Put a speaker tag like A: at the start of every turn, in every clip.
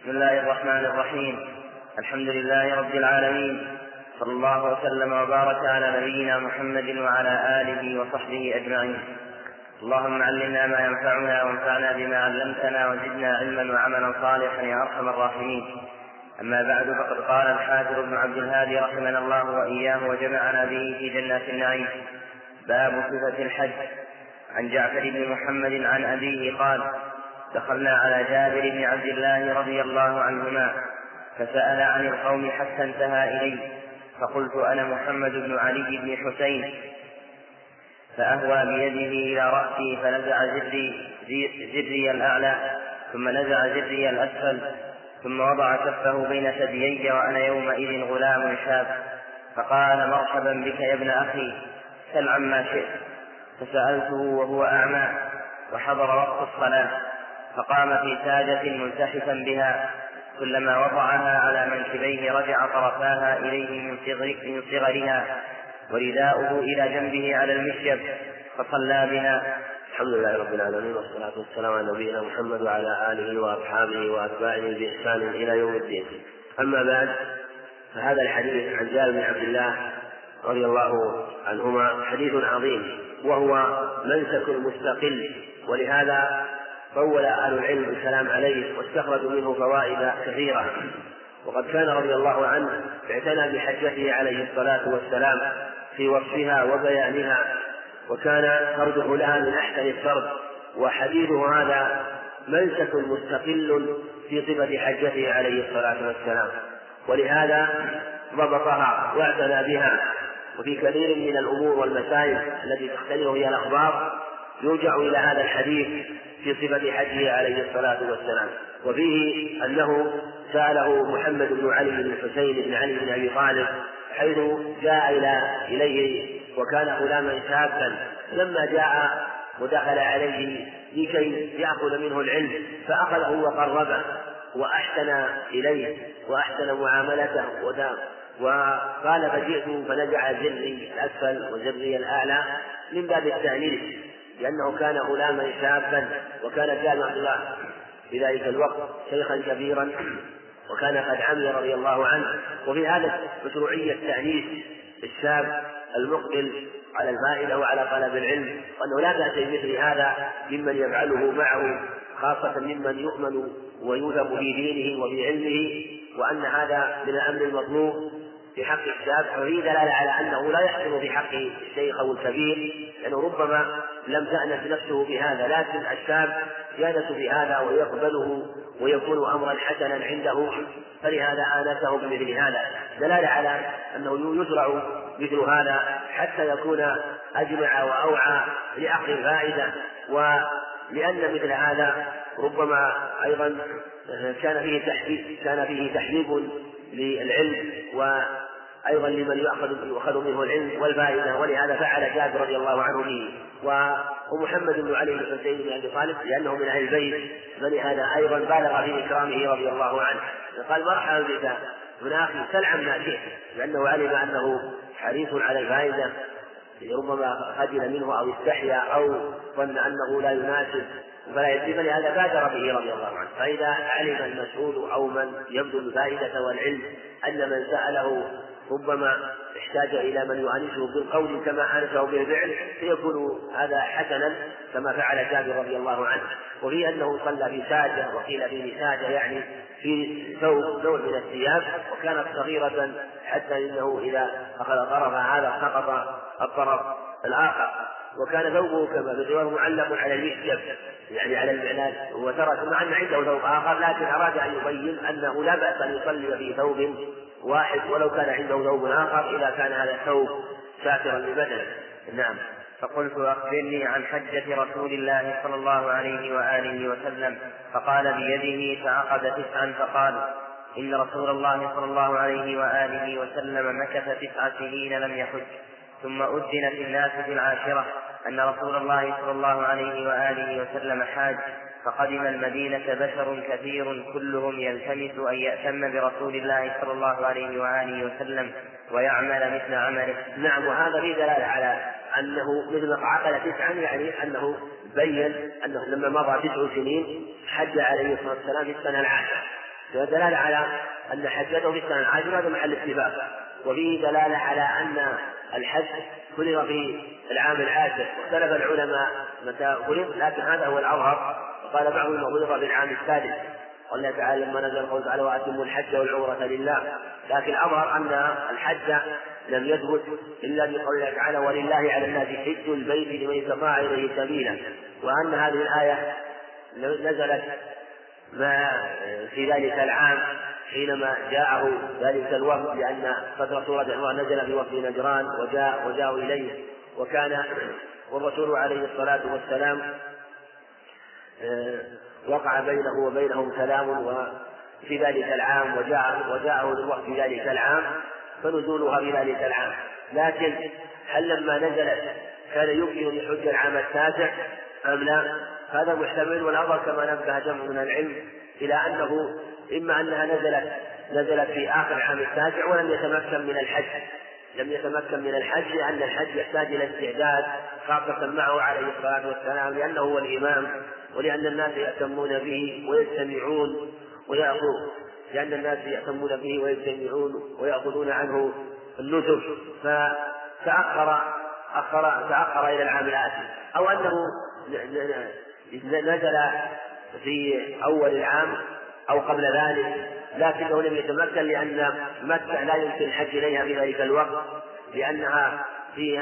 A: بسم الله الرحمن الرحيم. الحمد لله رب العالمين، صلى الله وسلم وبارك على نبينا محمد وعلى آله وصحبه أجمعين. اللهم علمنا ما ينفعنا وانفعنا بما علمتنا وزدنا علما وعملا صالحا يا أرحم الراحمين. أما بعد، فقد قال الحافظ ابن عبد الهادي رحمنا الله وإياه وجمعنا به في جنات النعيم: باب صفة الحج. عن جعفر بن محمد عن أبيه قال: دخلنا على جابر بن عبد الله رضي الله عنهما فسأل عن القوم حتى انتهى إليه، فقلت: أنا محمد بن علي بن حسين. فأهوى بيده إلى رأسي فنزع زري الأعلى ثم نزع زري الأسفل، ثم وضع كفه بين ثديي وأنا يومئذ غلام شاب، فقال: مرحبا بك يا ابن أخي، سل عما شئت. فسألته وهو أعمى وحضر وقت الصلاة، فقام في ساجة ملتحفا بها، كلما وضعها على منكبيه رجع طرفاها إليه من صغرها، ورداؤه إلى جنبه على المشيب، فصلى بها.
B: الحمد لله رب العالمين، والصلاة والسلام على نبينا محمد وعلى آله وأصحابه وأتباعه بإحسان إلى يوم الدين. أما بعد، فهذا الحديث عن جابر بن عبد الله رضي الله عنهما حديث عظيم، وهو منسك مستقل، ولهذا طول أهل العلم الكلام عليه واستخرجوا منه فوائد كثيرة. وقد كان رضي الله عنه اعتنى بحجته عليه الصلاة والسلام في وصفها وبيانها، وكان فرده لها من أحسن الفرد، وحديثه هذا منسك مستقل في صفة حجته عليه الصلاة والسلام، ولهذا ضبطها واعتنى بها. وفي كثير من الأمور والمسائل التي تختلف هي الأخبار يرجع إلى هذا الحديث في صفة حجه عليه الصلاة والسلام. وفيه أنه سأله محمد بن علي بن الحسين بن علي بن أبي طالب حيث جاء إليه وكان غلاما شابا، لما جاء ودخل عليه لكي يأخذ منه العلم فأخذه وقربه وأحسن إليه وأحسن معاملته، وقال: فجئت فنزع زري الأسفل وزري الأعلى من باب التأنيث، لأنه كان غلاما شابا، وكان جابر عبد الله في ذلك الوقت شيخا كبيرا، وكان قد عمي رضي الله عنه. وفي هذا مشروعية تأنيث الشاب المقبل على الفائدة وعلى طلب العلم، وأنه لا بأس بمثل هذا ممن يفعله معه، خاصة ممن يؤمن ويوثق في دينه وفي علمه، وأن هذا من الأمر المطلوب في حق الشاب. ففيه دلالة على أنه لا يحصل في حق الشيخ أو الكبير، لأنه ربما لم تأنس نفسه بهذا، لكن الشاب يأنس بهذا ويقبله ويكون أمرا حسنا عنده، فلهذا آنسه بمثل هذا. دلالة على أنه يزرع مثل هذا حتى يكون أجمع وأوعى لأخذ الفائدة، ولأن مثل هذا ربما أيضا كان فيه تحبيب للعلم، وأيضا لمن يؤخذ منه العلم والفائدة، ولهذا فعل جابر رضي الله عنه به. ومحمد بن علي بن حسين بن أبي طالب لأنه من أهل البيت، فلهذا أيضا بالغ في إكرامه رضي الله عنه، قال: مرحبا بك ابن أخي، سل عما شئت، لأنه علم أنه حريص على الفائدة، ربما خجل منه أو استحيا أو ظن أنه لا يناسب فلا يجب، لهذا بادر به رضي الله عنه. فإذا علم المسؤول أو من يبذل الفائدة والعلم أن من سأله ربما احتاج إلى من يؤنسه بالقول كما أنسه بالفعل، فيكون هذا حسنا كما فعل جابر رضي الله عنه. وفي أنه صلى في ساجة، وقيل في نساجة يعني في ثوب من الثياب، وكانت صغيرة حتى إنه إذا أخذ طرفها هذا سقط الطرف الآخر، وكان ثوبه كما في الرواية معلق على المشجب يعني على المعناد، وترك مع أن عنده ثوب آخر، لكن أراد أن يبين أنه لا بأس أن يصلي في ثوب واحد ولو كان عنده ثوب آخر إذا كان هذا الثوب ساترا لبدنه. نعم.
A: فقلت: أخبرني عن حجة رسول الله صلى الله عليه وآله وسلم. فقال بيده فعقد 9 فقال: إن رسول الله صلى الله عليه وآله وسلم مكث 9 سنين لم يحج، ثم أذن في الناس في 10 أن رسول الله صلى الله عليه وآله وسلم حاج، فقدم المدينة بشر كثير كلهم يلتمس أن يأتم برسول الله صلى الله عليه وآله وسلم ويعمل مثل عمله.
B: نعم. وهذا فيه دلالة على أنه مثل ما عقل 9 يعني أنه بين أنه لما مضى 9 سنين حج عليه الصلاة والسلام في السنة 10، دلالة على أن حجته في السنة العاشرة هذا محل اتفاق. وفيه دلالة على أن الحج فرض في العام العاشر، واختلف العلماء متى فرض، لكن هذا هو الأظهر. وقال بعضهم فرض في العام السادس، قال تعالى لما نزل قوله تعالى وأتموا الحج والعمرة لله. لكن الأظهر أن الحج لم يثبت إلا بقوله تعالى ولله على الناس حج البيت لمن استطاع إليه سبيلا، وأن هذه الآية نزلت في ذلك العام حينما جاءه ذلك الوفد، لأن فترة سورة العمرة نزل في وفد نجران وجاءوا إليه، وكان والرسول عليه الصلاة والسلام وقع بينه وبينهم كلام في ذلك العام، وجاءه الوفد في ذلك العام فنزولها في ذلك العام. لكن هل لما نزلت كان يمكن أن يحج العام التاسع أم لا؟ هذا محتمل، والأظهر كما نبه جمع من العلم إلى أنه إما أنها نزلت في آخر العام التاسع ولم يتمكن من الحج، لأن الحج يحتاج إلى استعداد خاصة معه عليه الصلاة والسلام، لأنه هو الإمام، ولأن الناس يأتمون به ويأخذون عنه النسك، فتأخر إلى العام الآتي، أو أنه نزل في أول العام أو قبل ذلك لكنه لم يتمكن، لأن مكة لا يمكن الحج إليها في ذلك الوقت، لأنها في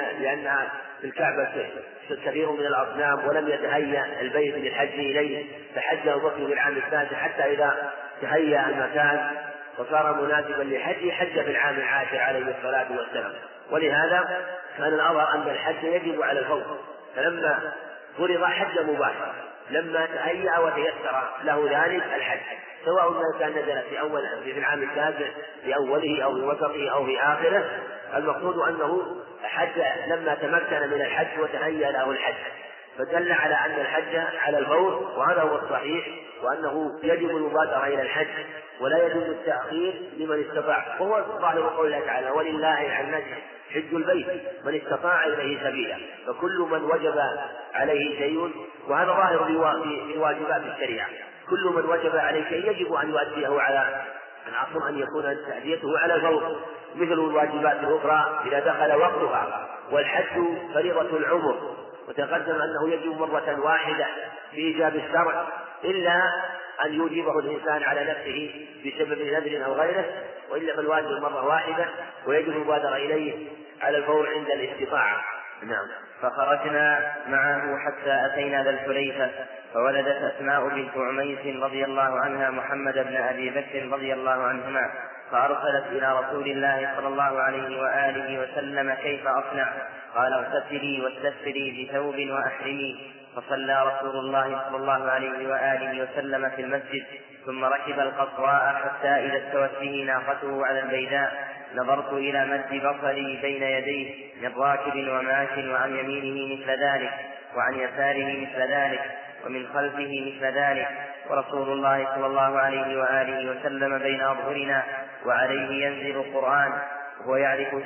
B: الكعبة كثير من الأصنام، ولم يتهيأ البيت للحج إليه، فحج أبو بكر في العام السادس حتى إذا تهيأ المكان وصار مناسبا لحج حج في العام العاشر عليه الصلاة والسلام. ولهذا كان الأظهر أن الحج يجب على الفور، فلما فرض حج مباشرة، لما تهيأ وتيسر له ذلك الحج، سواء كان نزل في العام السابع في أوله أو في وسطه أو في آخره، المقصود أنه حج لما تمكن من الحج وتهيأ له الحج، فدل على أن الحج على الفور، وهذا هو الصحيح، وأنه يجب المبادرة إلى الحج ولا يجوز التأخير لمن استطاع، وهو ظاهر قوله تعالى ولله على الناس حج البيت من استطاع إليه سبيلا، فكل من وجب عليه شيء، وهذا ظاهر في واجبات الشريعة، كل من وجب عليه شيء يجب أن يؤديه على العصر، أن يكون تأديته على الفور، مثل الواجبات الأخرى إذا دخل وقتها. والحج فريضة العمر، وتقدم أنه يجب مرة واحدة بإيجاب الشرع، إلا أن يوجبه الإنسان على نفسه بسبب نذر أو غيره، وإلا فالواجب مرة واحدة، ويجب المبادرة إليه على الفور عند الاستطاعة. نعم.
A: فخرجنا معه حتى أتينا ذا الحليفة، فولدت أسماء بنت عميس رضي الله عنها محمد بن أبي بكر رضي الله عنهما، فأرسلت إلى رسول الله صلى الله عليه وآله وسلم كيف أصنع؟ قال اغتسلي واستسفري بثوب وأحرمي. فصلى رسول الله صلى الله عليه وآله وسلم في المسجد، ثم ركب القصواء حتى إذا استوت به ناقته على البيداء نظرت إلى مد بصري بين يديه من راكب وماش، وعن يمينه مثل ذلك، وعن يساره مثل ذلك، ومن خلفه مثل ذلك، ورسول الله صلى الله عليه وآله وسلم بين أظهرنا، وعليه ينزل القرآن، هو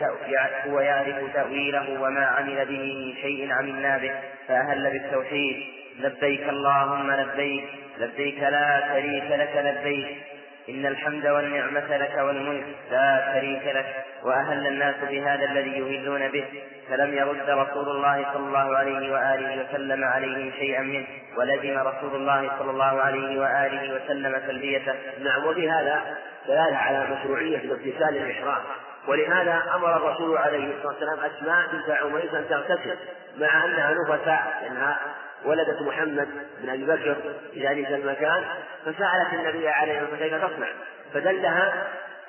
A: يعرف تأويله وما عمل به من شيء عملنا به، فأهل بالتوحيد لبيك اللهم لبيك، لبيك لا شريك لك لبيك، إن الحمد والنعمة لك والملك لا شريك لك. وأهل الناس بهذا الذي يهلون به، فلم يرد رسول الله صلى الله عليه وآله وسلم عليهم شيئا منه، ولزم رسول الله صلى الله عليه وآله وسلم تلبيته.
B: نعم. وبهذا دلالة على مشروعية اغتسال الإحرام، ولهذا أمر الرسول عليه الصلاة والسلام أسماء بنت عميس أن تغتسل، مع أنها نفساء، لأنها ولدت محمد بن أبي بكر في ذلك المكان، فسألت النبي عليه الصلاة والسلام كيف تصنع، فدلها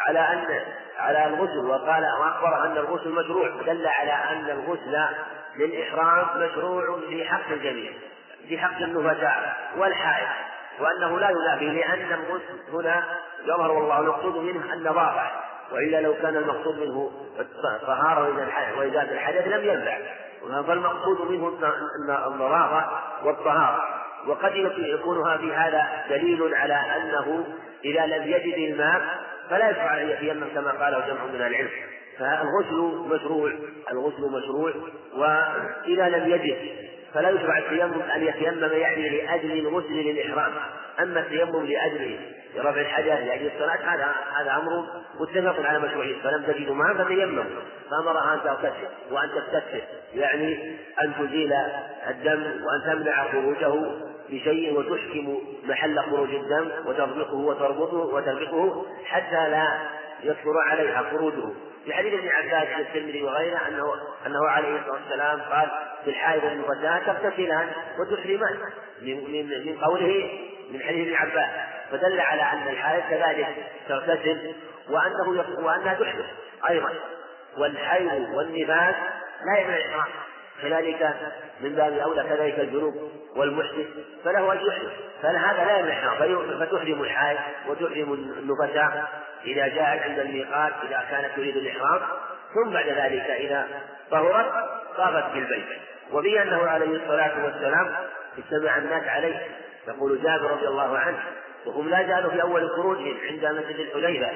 B: على الغسل، وأخبر أن الغسل مشروع، دل على أن الغسل للإحرام مشروع في حق الجميع، في حق النفساء والحائض، وأنه لا ينافي، لأن الغسل هنا يظهر والله المقصود منه النظافة، وإلا لو كان المقصود منه الطهارة وإزالة الحدث لم ينفع، فالمقصود منه النظافة والطهارة. وقد يكونها في هذا دليل على أنه إذا لم يجد الماء فلا يشرع أن يتيمم كما قاله جمع من العلم، فالغسل مشروع، وإذا لم يجد فلا يشرع التيمم أن يتيمم يعني لأجل الغسل للإحرام. أما التيمم لأجل لرفع الحدث لأجل الصلاة، هذا أمر متفق على مشروعيته، فلم تجدوا ماء فتيمموا، فأمرها أن تغتسل وأن تستغسل، يعني أن تزيل الدم وأن تمنع خروجه بشيء وتحكم محل خروج الدم وتربطه وتربطه حتى لا يكثر عليها خروجه. في حديث ابن عباس عن الترمذي وغيره أنه عليه الصلاة والسلام قال في الحائض والنفساء تغتسلان وتحرمان من قوله من حديث ابن عباس، فدل على أن الحائض كذلك تغتسل وأنها تحرم أيضا، والحيض والنفاس لا يمنع الإحرام، كذلك من باب أولى كذلك الجنوب والمحدث فله أن يحرم، فهذا لا يمنع الإحرام، فتحرم الحائض وتحرم النفساء إذا جاءت عند الميقات إذا كانت تريد الإحرام، ثم بعد ذلك إذا طهرت طافت بالبيت. وبه أنه عليه الصلاة والسلام اجتمع الناس عليه، يقول جابر رضي الله عنه وهم لا زالوا في أول خروجهم عند مسجد الحديبة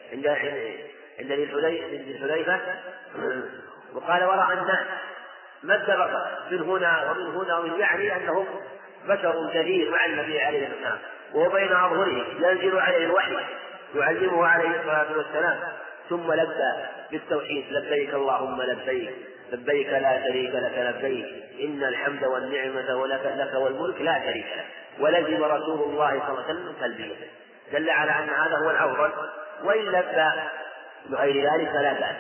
B: عند الحديبة، وقال ورأى الناس مد بصر من هنا ومن يعني أنهم بشر كثير مع النبي عليه الصلاة والسلام وهو بين أظهرهم ينزل عليه الوحي يعلمه عليه الصلاة والسلام، ثم لبى بالتوحيد لبيك اللهم لبيك لا شريك لك لبيك إن الحمد والنعمة لك والملك لا شريك لك، ولزم رسول الله صلى الله عليه وسلم تلبيته، دل على أن هذا هو الأفضل. وإن لبى بغير ذلك فلا بأس،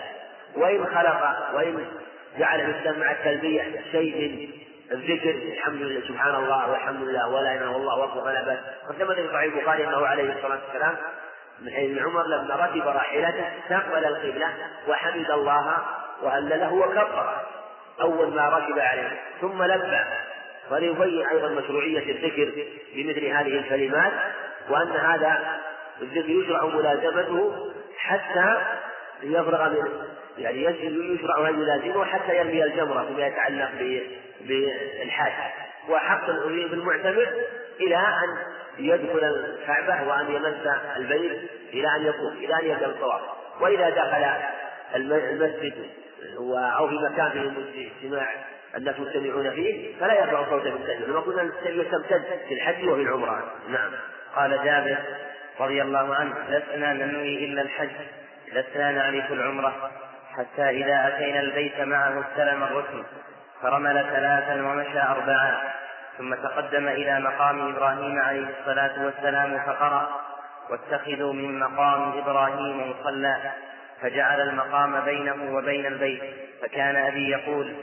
B: وإن جعل الإسلام مع التلبية شيء من الذكر الحمد لله سبحان الله والحمد لله ولا إله إلا الله أكبر فلا بأس. قد ثبت في صحيح البخاري أنه عليه الصلاة والسلام من حديث ابن عمر لما ركب راحلته استقبل القبلة وحمد الله وهلله وكبر أول ما ركب عليه ثم لبى، وليبين أيضا مشروعية الذكر بمثل هذه الكلمات، وأن هذا الذكر يشرع ملازمته حتى يفرغ من يعني يشرع أن يلازمه حتى يرمي الجمرة فيما يتعلق بالحاج، وحق بالمعتمر إلى أن يدخل الكعبة وأن يمس البيت إلى أن يطوف إلى أن يبدأ الطواف. وإذا دخل المسجد أو في مكان فيه اجتماع الناس مجتمعون فيه فلا يرفع صوته بالتكبير، كما قلنا التكبير تمتد في الحج وفي العمرة. نعم.
A: قال جابر رضي الله عنه لسنا ننوي إلا الحج، لسنا نعرف العمرة، حتى إذا أتينا البيت معه استلم الركن فرمل 3 ومشى 4، ثم تقدم إلى مقام إبراهيم عليه الصلاة والسلام فقرأ واتخذوا من مقام إبراهيم مصلى، فجعل المقام بينه وبين البيت، فكان أبي يقول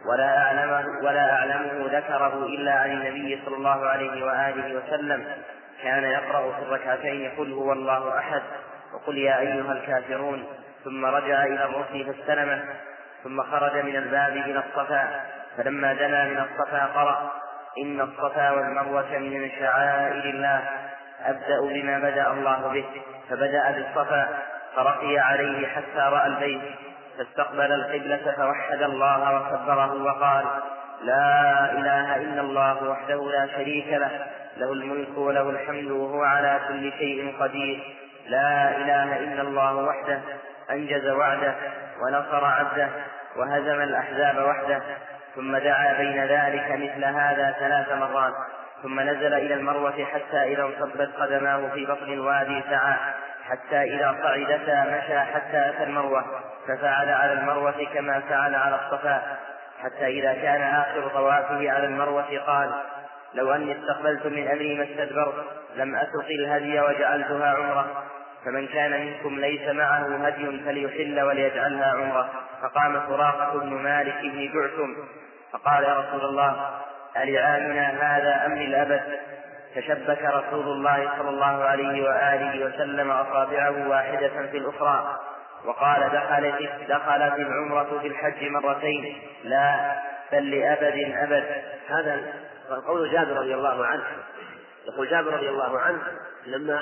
A: ولا أعلمه ذكره إلا عن النبي صلى الله عليه وآله وسلم، كان يقرأ في الركعتين قل هو الله أحد وقل يا أيها الكافرون، ثم رجع إلى الركن فاستلمه، ثم خرج من الباب إلى الصفا، فلما دنا من الصفا قرأ إن الصفا والمروة من شعائر الله، أبدأ بما بدأ الله به، فبدأ بالصفا فرقي عليه حتى رأى البيت، فاستقبل القبلة فوحد الله وكبره وقال لا إله إلا الله وحده لا شريك له، له الملك وله الحمد وهو على كل شيء قدير، لا إله إلا الله وحده أنجز وعده ونصر عبده وهزم الأحزاب وحده. ثم دعا بين ذلك مثل هذا 3 مرات، ثم نزل إلى المروة حتى إذا انصبت قدماه في بطن الوادي سعى، حتى إذا صعدتا مشى حتى أتى المروة، ففعل على المروة كما فعل على الصفا، حتى إذا كان آخر طوافه على المروة قال لو أني استقبلت من أمري ما استدبرت لم أسق الهدي وجعلتها عمرة، فمن كان منكم ليس معه هدي فليحل وليجعلها عمرة. فقام سراقة بن مالك بن جعثم فقال يا رسول الله ألعامنا هذا أم للأبد؟ فشبك رسول الله صلى الله عليه وآله وسلم أصابعه واحدة في الأخرى وقال دخلت العمرة في الحج 2 مرتين لا بل لأبد أبد.
B: هذا قول جابر رضي الله عنه. يقول جابر رضي الله عنه لما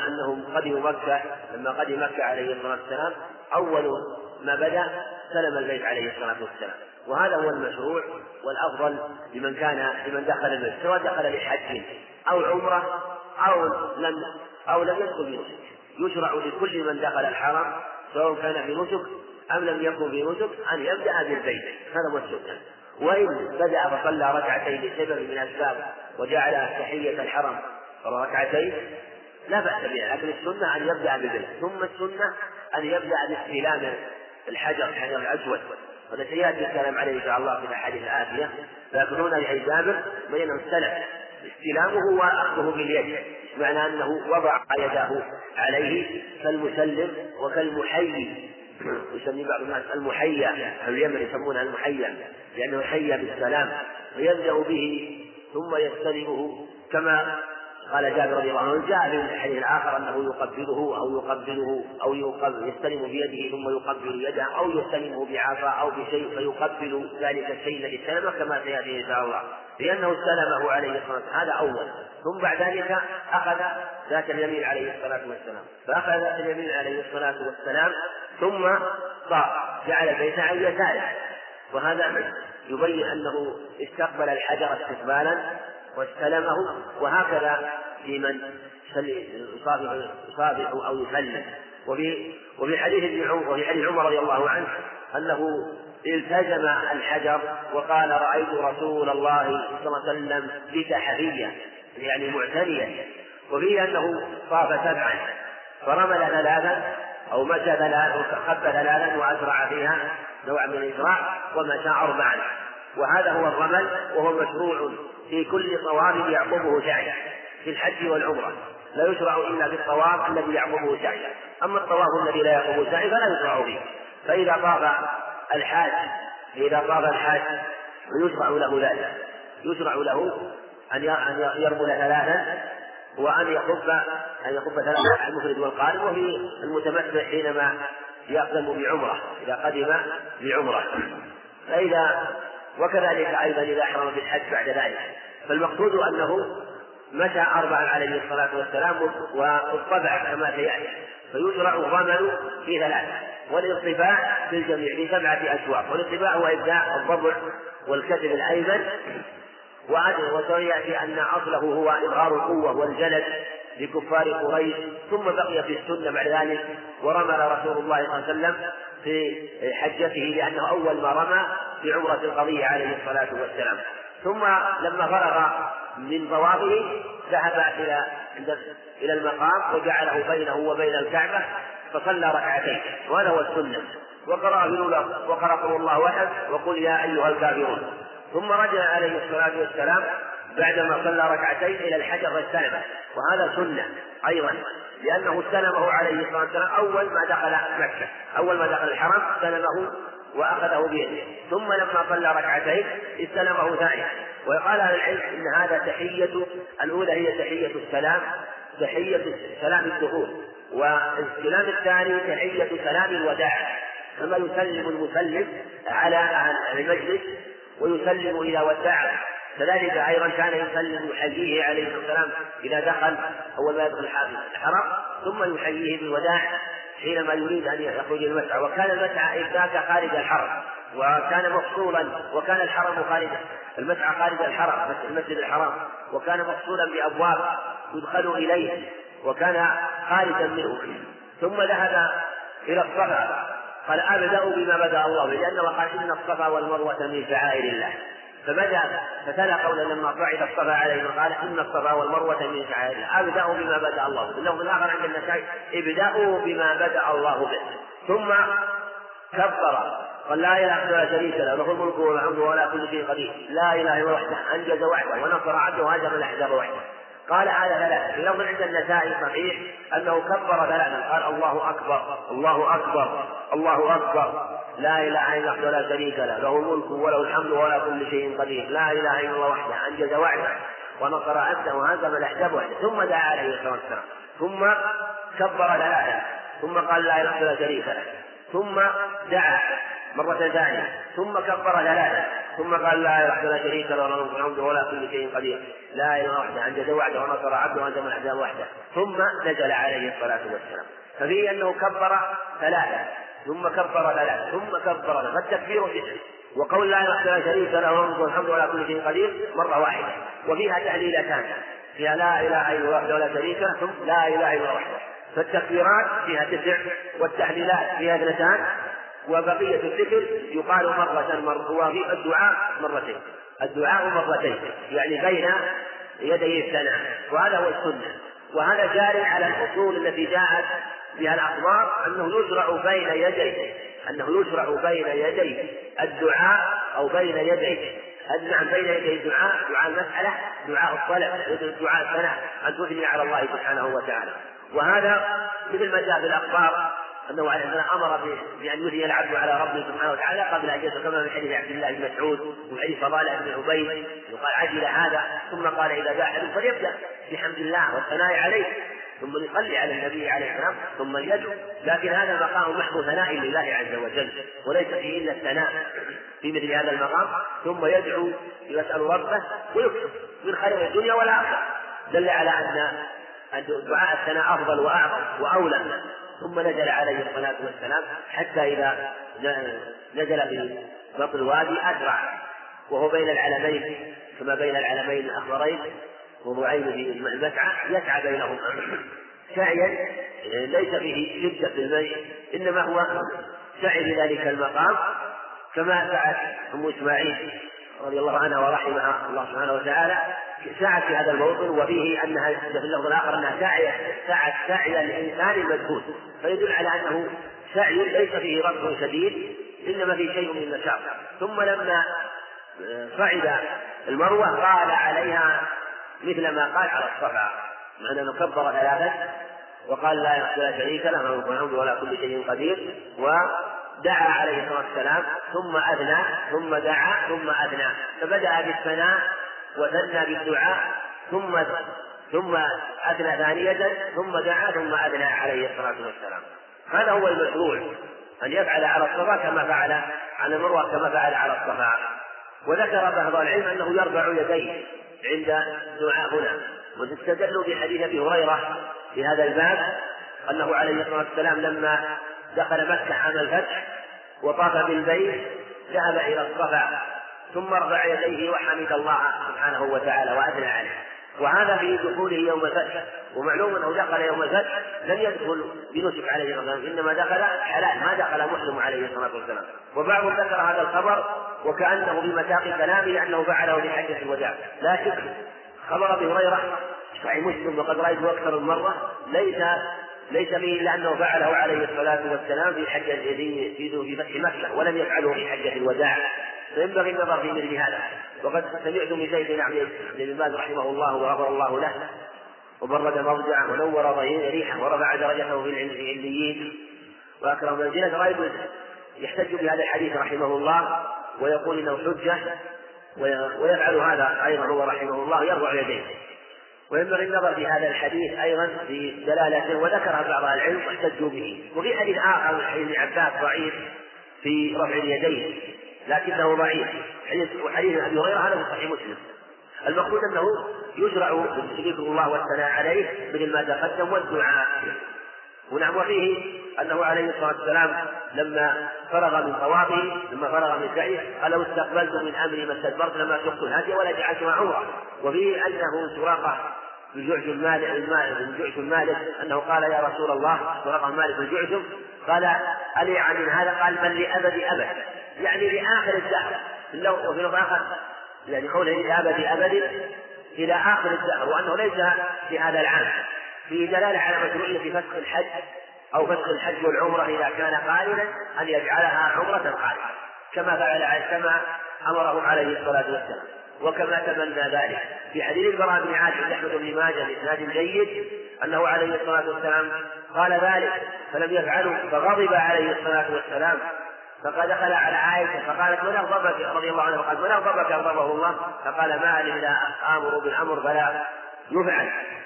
B: قدم مكة عليه الصلاة والسلام أول ما بدأ سلم البيت عليه الصلاة والسلام، وهذا هو المشروع والأفضل لمن دخل البيت سواء دخل لحج أو عمرة أو لم يدخل بنسك، يشرع لكل من دخل الحرم سواء كان في نسك أم لم يكن في نسك أن يبدأ بالبيت، هذا هو السنة. وإن بدأ فصلى ركعتين لسبب من الأسباب وجعل تحية الحرم ركعتين لا بأس بها، لكن السنة أن يبدأ بالبيت، ثم السنة أن يبدأ باستلام الحجر الأسود، وهذا سيأتي الكلام عليه إن شاء الله في الأحاديث الآتية. لكن هنا لأي جابر بينه السلف استلامه وأخذه باليد، معنى أنه وضع يده عليه كالمسلم وكالمحيي، يسمي بعض الناس المحيى، أهل اليمن يسمونها المحيى لأنه حي بالسلام، ويبدأ به ثم يستلمه كما قال جابر رضي الله عنه. جاء في الحديث الآخر أنه يقبله أو يستلم بيده ثم يقبل يده، أو يستلمه بعصا أو بشيء فيقبل ذلك الشيء الذي استلمه كما سيأتي إن شاء الله، لأنه استلمه عليه الصلاة والسلام. هذا أول. ثم بعد ذلك أخذ ذات اليمين عليه الصلاة والسلام، فأخذ ذات اليمين عليه الصلاة والسلام ثم جعل البيت عن يساره، وهذا يبين أنه استقبل الحجر استقبالا واستلمه، وهكذا في من يصافح أو يسلم. وفي حديث عمر رضي الله عنه أنه التزم الحجر وقال رأيت رسول الله صلى الله عليه وسلم بتحرية يعني معتنية، وفيه أنه طاف 7 فرمل 3 أو مشى 3 وخب 3 وأسرع فيها نوع من الإسراع، ومشى 4. وهذا هو الرمل، وهو مشروع في كل طواف يعقبه سعي في الحج والعمرة، لا يشرع إلا بالطواف الذي يعقبه سعي، أما الطواف الذي لا يعقبه سعي فلا يشرع فيه. فإذا طاف الحاج يشرع له أن يرمل 3 وأن يخف 3 المفرد والقارن، وفي المتمتع حينما يقدم بعمرة إذا قدم بعمرة. وكذلك أيضا إذا أحرم بالحج بعد ذلك. فالمقصود أنه مشى 4 عليه الصلاة والسلام والطبع كما سيأتي، فيشرع الرمل في 3 والارتفاع في الجميع في 7 أشواط. والارتفاع هو إبداء الضبع والكتف الأيمن، وسيأتي أن أصله هو إظهار القوة والجلد لكفار قريش. ثم بقي في السنة بعد ذلك، ورمل رسول الله صلى الله عليه وسلم في حجته لأنه أول ما رمى في عمرة القضية عليه الصلاة والسلام. ثم لما فرغ من طوافه ذهب إلى المقام وجعله بينه وبين الكعبة فصلى 2 وهذا هو السنة، وقرأ قل الله أحد وقل يا أيها الكافرون. ثم رجع عليه الصلاة والسلام بعدما صلى 2 إلى الحجر فاستلمه، وهذا سنة أيضا، لأنه استلمه عليه الصلاة والسلام أول ما دخل مكة، أول ما دخل الحرم استلمه وأخذه بيده، ثم لما صلى 2 استلمه ثانيا. وقال أهل العلم إن هذا تحية الأولى هي تحية سلام الدخول، والاستلام الثاني تحية سلام الوداع، كما يسلم المسلم على أهل المجلس ويسلم إذا ودع، كذلك أيضا كان يسلم يحييه عليه الصلاة والسلام إذا دخل أول ما يدخل الحرم، ثم يحييه بالوداع حينما يريد أن يخرج المسعى. وكان المسعى إذاك خارج الحرم، وكان مفصولا، وكان الحرم خارج المسعى خارج الحرم المسجد الحرام، وكان مفصولا بأبواب يدخل إليه، وكان خارجا منه. ثم ذهب إلى الصفا، قال أبدأ بما بدأ الله به، لأنه قال إن الصفا والمروة من شعائر الله، فتلا قولا لما صعد الصفا عليه قال إن الصفا والمروة من شعائر الله، أبدأ بما بدأ الله به. إنه في الآخر عند النسائي ابدأوا بما بدأ الله به. ثم كبر قال لا إله إلا الله شريك له، له الملك والحمد ولا كل شيء قدير، لا إله إلا وحده أنجز وحده ونصر عبده وهزم الأحزاب وحده. قال هذا 3. في لفظ عند النسائي صحيح أنه كبر 3، قال الله أكبر الله أكبر الله أكبر، لا إله إلا الله ولا شريك له، له الملك وله الحمد ولا كل شيء قدير، لا إله إلا الله وحده أنجز وعده ونصر عبده وهزم الأحزاب وحده. ثم دعا عليه الصلاة والسلام، ثم كبر 3، ثم قال لا إله إلا الله شريك له، ثم دعا مرة ثانية، ثم كبر 3، ثم قال لا إله إلا الله شريك له، له الملك والحمد ولا كل شيء قدير، لا إله إلا الله وحده أنجز وعده ونصر عبده وهزم الأحزاب وحده. ثم نزل عليه الصلاة والسلام. ففيه أنه كبر 3 ثم كبر 3 ثم كبر 3، فالتكبير 9. وقول لا إله إلا الله شريك له، له الملك والحمد ولا كل شيء قدير مرة واحدة. وفيها تهليلتان، فيها لا إله إلا الله ولا شريك له ثم لا إله إلا الله وحده. فالتكبيرات فيها 9 والتهليلات فيها 2، وبقية الذكر يقال مرة، وفي الدعاء مرتين يعني بين يدي الثناء، وهذا هو السنة. وهذا جار على الأصول التي جاءت بها الأخبار أنه يشرع بين يدي الدعاء أو بين يدي الدعاء، دعاء المسألة، دعاء الطلب، دعاء الثناء، أن تثني على الله سبحانه وتعالى. وهذا مثل ما جاء في الأخبار أنه عليه السلام أمر بأن يثني العبد على ربه سبحانه وتعالى قبل أن يدعو، كما في حديث عبد الله بن مسعود وفي حديث فضالة بن عبيد وقال عجل هذا، ثم قال إذا جاء أحد فليبدأ بحمد الله والثناء عليه، ثم يصلي على النبي عليه السلام، ثم يدعو. لكن هذا المقام محض ثناء لله عز وجل، وليس فيه إلا الثناء في مثل هذا المقام، ثم يدعو يسأل ربه ويكتب من خير الدنيا والآخرة، دل على أن دعاء الثناء أفضل وأعظم وأولى. ثم نزل عليه الصلاة والسلام حتى إذا نزل في بطن الوادي أسرع، وهو بين العلمين كما بين العلمين الأخضرين وضعين في المسعى، يسعى بينهم سعيا ليس فيه شدة في المشي، إنما هو سعي لذلك المقام، كما سعت أم إسماعيل رضي الله عنها ورحمها الله سبحانه وتعالى سعت في هذا الموطن، وفيه أنها في اللفظ الآخر أنها سعت سعي الإنسان المجهود، فيدل على أنه سعي ليس فيه رفع شديد، إنما فيه شيء من المشاق. ثم لما صعد المروة قال عليها مثل ما قال على الصفا، معنى أنه كبر ثلاثة وقال لا شريك له له الحمد ولا كل شيء قدير، ودعا عليه الصلاة والسلام، ثم أثنى، ثم دعا، ثم أثنى، فبدأ بالثناء وثنى بالدعاء، ثم أثنى ثانية، ثم دعا، ثم أثنى عليه الصلاة والسلام. هذا هو المشروع، أن يفعل على الصفا كما فعل على المروة كما فعل على الصفا. وذكر بعض العلم أنه يرفع يديه عند الدعاء هنا، واستدلوا بحديث أبي هريرة في هذا الباب أنه عليه الصلاة والسلام لما دخل مكة عام الفتح وطاف بالبيت ذهب إلى الصفا ثم رفع يديه وحمد الله سبحانه وتعالى وأثنى عليه، وهذا في دخوله يوم الفتح. ومعلوم أنه دخل يوم الفتح لم يدخل بنسك عليه الصلاة والسلام، إنما دخل حلال، ما دخل محرم عليه الصلاة والسلام. وبعضهم ذكر هذا الخبر وكأنه بمساق كلامه أنه فعله في حجة الوداع، لكن خبر أبي هريرة صحيح مسلم وقد رأيته أكثر من مرة ليس به إلا أنه فعله عليه الصلاة والسلام في حجة في فتح مكة، ولم يفعله في حجة الوداع، فينبغي النظر في مثل هذا. وقد سمعت من زيد بن عبد بن باز رحمه الله وغفر الله له وبرد مرجعه ونور ريحه ورفع درجته في العليين وأكرم منزله، رأيت يحتج بهذا الحديث رحمه الله ويقول إنه حجة، ويفعل هذا أيضا هو رحمه الله، يرفع يديه. وينبغي النظر في هذا الحديث أيضا في دلالته، وذكرها بعض العلم واحتجوا به. وفي حديث آخر من حديث ابن عباس ضعيف في رفع اليدين لكنه ضعيف، وحديث أبي هريرة هذا في صحيح مسلم. المقصود أنه يشرع ذكر الله والثناء عليه مثل ما تقدم والدعاء. ونعم فيه أنه عليه الصلاة والسلام لما فرغ من طوافه، لما فرغ من سعيه، قال لو استقبلت من أمري ما استدبرت لما سقت الهدي ولا جعلتها عمرة. وفيه أنه سراقة بن جعشم مالك أنه قال يا رسول الله، سراقة مالك بن جعشم قال ألي عن هذا؟ قال بل لأبد أبد، يعني لآخر الدهر. وفي لفظ آخر يعني قوله لأبد أبد إلى آخر الدهر، وأنه ليس في هذا العام، في دلالة على مشروعية فسخ الحج أو فسخ الحج والعمرة إذا كان قارنا أن يجعلها عمرة قارنة كما فعل كما أمره عليه الصلاة والسلام، وكما تمنى ذلك في حديث البراء بن عازب أحمد بن ماجه بإسناد جيد أنه عليه الصلاة والسلام قال ذلك فلم يفعله، فغضب عليه الصلاة والسلام، فقد دخل على عائشة فقالت من أغضبك رضي الله عنها، فقال من أغضبك أغضبه الله، فقال ما لي لا آمر بالأمر فلا يفعل.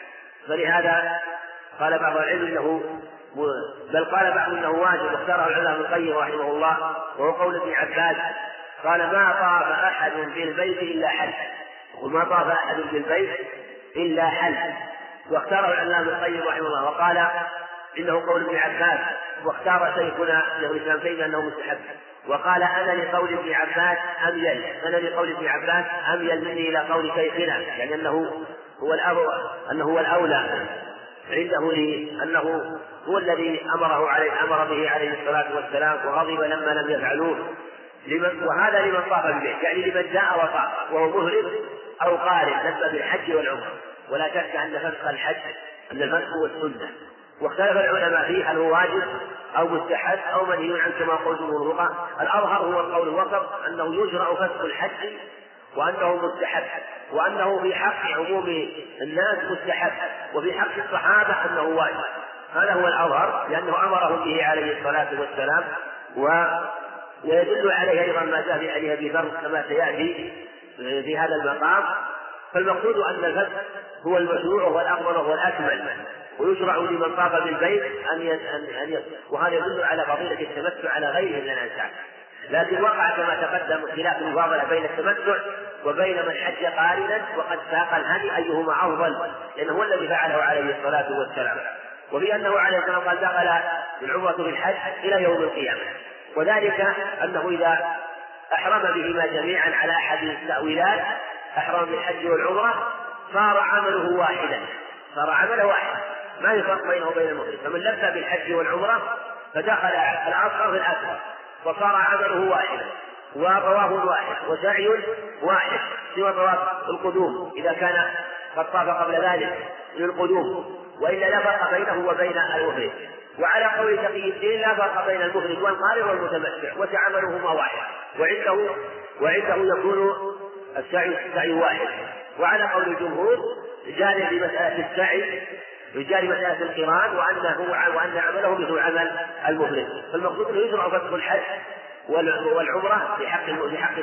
B: فلهذا قال بعض العلم انه بل قال بعض انه واجب، واختاره العلماء ابن القيم رحمه الله، وهو قول ابن عباس قال ما طاف احد بالبيت الا حل، وما طاف احد بالبيت الا حل. واختاره العلماء ابن القيم رحمه الله وقال انه قول ابن عباس، واختار شيخنا شيخ الاسلام تيميه انه مستحب، وقال انا لقول ابن عباس اميل مني الى قول شيخنا، يعني انه هو الاولى عنده لأنه هو الذي أمر به عليه الصلاة والسلام، وغضب لما لم يفعلوه. وهذا لمن طاف بالبيت، يعني لمن جاء وطاف وهو مهرم أو قارن لبى بالحج والعمرة. ولا شك أن فسخ الحج أن المسح هو السنة، واختلف العلماء فيه هل هو واجب أو مستحب أو منهي عنه كما قلت الفقهاء. الأظهر هو القول الوسط أنه يجرأ فسخ الحج وأنه مستحب، وأنه في حق عموم الناس مستحب، وفي حق الصحابة أنه واجب. هذا هو الأظهر، لأنه أمرهم به عليه الصلاة والسلام. ويدل عليه أيضا ما جاء في حديث أبي ذر كما سيأتي في هذا المقام. فالمقصود أن الفسخ هو المشروع وهو الأفضل وهو الأكمل، ويشرع لمن طاف بالبيت وهذا يدل على فضيلة التمتع على غيره من الأنساب. لكن وقع كما تقدم خلاف المفاضلة بين التمتع وبين من حج قارنا وقد ساق الهدي أيهما أفضل، لأنه هو الذي فعله عليه الصلاة والسلام. وفي أنه عليه الصلاة والسلام قال دخل العمرة بالحج إلى يوم القيامة، وذلك أنه إذا أحرم بهما جميعا على أحد التأويلات، أحرم بالحج والعمرة، صار عمله واحدا، صار عمله واحد ما يفرق بينه وبين المحرم. فمن لبى بالحج والعمرة فدخل الأصغر في الأكبر، وصار عمله واحدا وطواف واحد وسعي واحد سوى طواف القدوم إذا كان قد طاف قبل ذلك للقدوم، وإلا لا فرق بينه وبين المحرم. وعلى قول تقي الدين لا فرق بين المحرم والقارئ والمتمتع، وتعاملهما واحد، وعنده يكون السعي واحد. وعلى قول الجمهور جانب مسألة السعي رجال مسألة القران وأن عمله مثل عمل المفرد. فالمقصود أنه يشرع فسخ الحج والعمرة في حق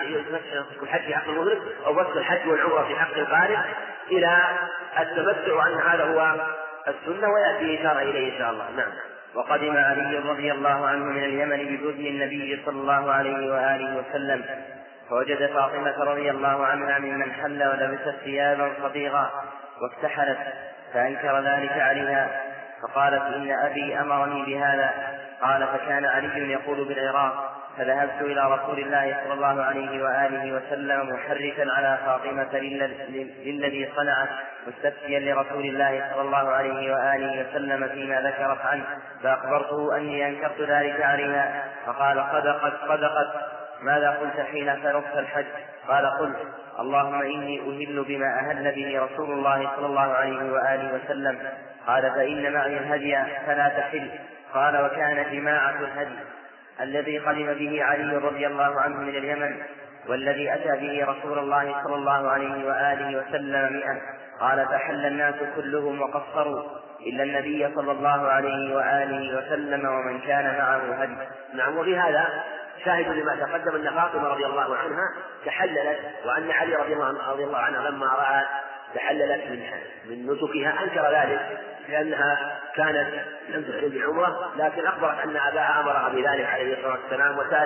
B: الحج في حق المفرد، أو فسخ الحج والعمرة في حق القارئ إلى التمتع، وأن هذا هو السنة، ويأتي إشارة إليه إن شاء الله. نعم.
A: وقدم علي رضي الله عنه من اليمن ببدن النبي صلى الله عليه وآله وسلم، فوجد فاطمة رضي الله عنها ممن حل ولبست ثيابا صبيغا واكتحلت، فأنكر ذلك عليها، فقالت إن أبي أمرني بهذا. قال فكان علي يقول بالعراق، فذهبت إلى رسول الله صلى الله عليه وآله وسلم محركا على فاطمة للذي صنعت، مستفتيا لرسول الله صلى الله عليه وآله وسلم فيما ذكرت عنه، فأخبرته أني أنكرت ذلك عليها، فقال صدقت. ماذا قلت حين فرغت الحج؟ قال قلت اللهم إني أهل بما أهل به رسول الله صلى الله عليه وآله وسلم. قال فإن معي الهدي فلا تحل. قال وكان جماعة الهدي الذي قدم به علي رضي الله عنه من اليمن والذي أتى به رسول الله صلى الله عليه وآله وسلم 100. قال فحل الناس كلهم وقصروا إلا النبي صلى الله عليه وآله وسلم ومن كان معه هدي.
B: نعم. وفي هذا شاهد لما تقدم أن فاطمة رضي الله عنها تحللت، وأن علي رضي الله عنها لما رأى تحللت من نسكها أنكر ذلك، لأنها كانت لم تحرم بالعمرة، لكن أخبرت أن أباها أمرها بذلك عليه الصلاة والسلام، وسأل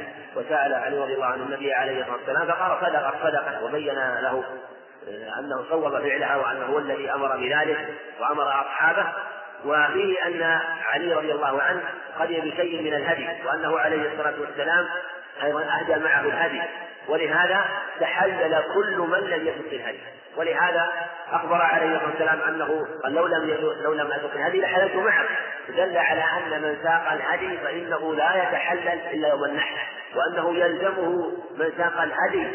B: علي رضي الله عنه النبي عليه الصلاة والسلام، فقال صدقت، وبين له أنه صوب فعلها وأنه هو الذي أمر بذلك وأمر أصحابه. وفيه أن علي رضي الله عنه قدم بشيء من الهدي، وأنه عليه الصلاة والسلام أيضا أهدى معه الهدي، ولهذا تحلل كل من لم يسق الهدي. ولهذا أخبر عليه الصلاة والسلام أنه لو لم أسق الهدي لحللت معه، دل على أن من ساق الهدي فإنه لا يتحلل إلا يوم النحر، وأنه يلزمه من ساق الهدي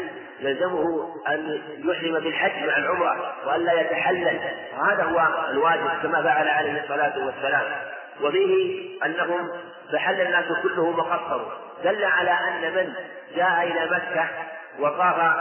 B: أن يحرم بالحج مع العمرة وأن لا يتحلل، وهذا هو الواجب كما فعل عليه الصلاة والسلام. وفيه أنهم فحل الناس كلهم وقصروا، دل على أن من جاء إلى مكة وطاف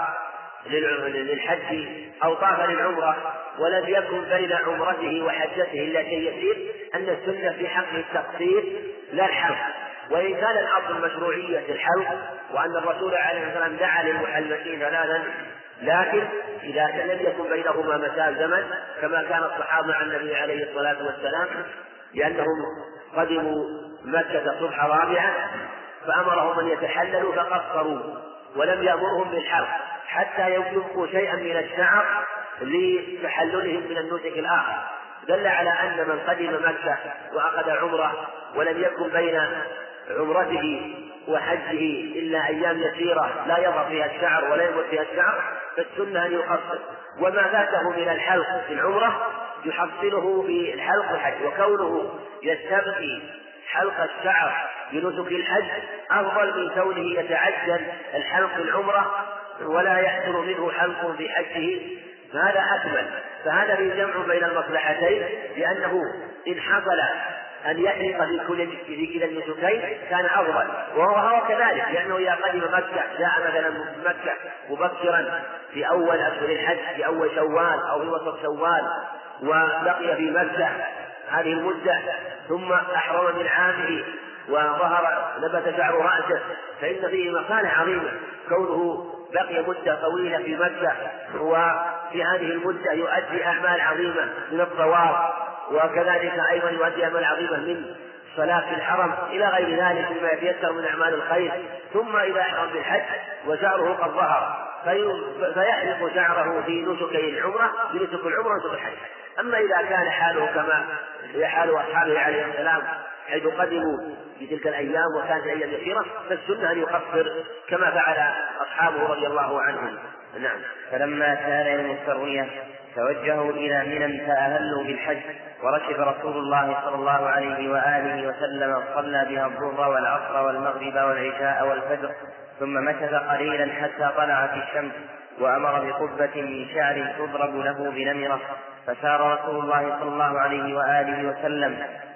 B: للحج أو طاف للعمرة ولم يكن بين عمرته وحجته إلا شيء يسير، أن السنة في حقه التقصير لا الحلق، وإن كان الأصل مشروعية الحلق وأن الرسول عليه الصلاة والسلام دعا للمحلقين ثلاثا، لكن إذا لم يكن بينهما مسافة زمن كما كان الصحابة مع النبي عليه الصلاة والسلام، لأنهم قدموا مكة صبح رابعة فأمرهم أن يتحللوا فقصروا ولم يأمرهم بالحلق حتى يبقوا شيئا من الشعر لتحللهم من النسك الآخر. دل على أن من قدم مكة وأخذ عمرة ولم يكن بين عمرته وحجه إلا أيام يسيرة لا يضع فيها الشعر ولا يمر فيها الشعر، فالسنة أن يقصر، وما فاته من الحلق في العمرة يحصله في الحلق الحج، وكونه يستبقي حلق الشعر بنسك الحج أفضل من كونه يتعجل الحلق في العمرة ولا يحصل منه حلق في حجه فهذا أكمل. فهذا في جمع بين المصلحتين، لأنه إن حصل أن يحرق في كلا النسكين كان أفضل، وهو كذلك، لأنه إذا قدم مكة جاء مثلا من مكة مبكرا في أول أشهر الحج في أول شوال أو في وسط شوال وبقي في مكة هذه المدة ثم أحرم من عامه وظهر نبت شعر رأسه، فإن فيه مصالح عظيمة كونه بقي مدة طويلة في مكة، وفي هذه المدة يؤدي أعمال عظيمة من الطواف، وكذلك أيضا يؤدي أعمال عظيمة من صلاة في الحرم إلى غير ذلك مما يتيسر من أعمال الخير. ثم إذا أحرم بالحج وشعره قد ظهر فيحلق شعره في نسكي العمرة بنسك العمرة ونسك الحج. أما إذا كان حاله كما هي حال أصحابه عليه السلام حيث قدموا في تلك الأيام وكانت أيام يسيرة، فالسنة أن يقصر كما فعل أصحابه رضي الله عنهم. نعم.
A: فلما كان يوم التروية توجهوا إلى منى فأهلوا بالحج، وركب رسول الله صلى الله عليه وآله وسلم وصلى بها الظهر والعصر والمغرب والعشاء والفجر، ثم مكث قليلا حتى طلعت الشمس، وأمر بقبة من شعر تضرب له بنمرة، فسار رسول الله صلى الله عليه وآله وسلم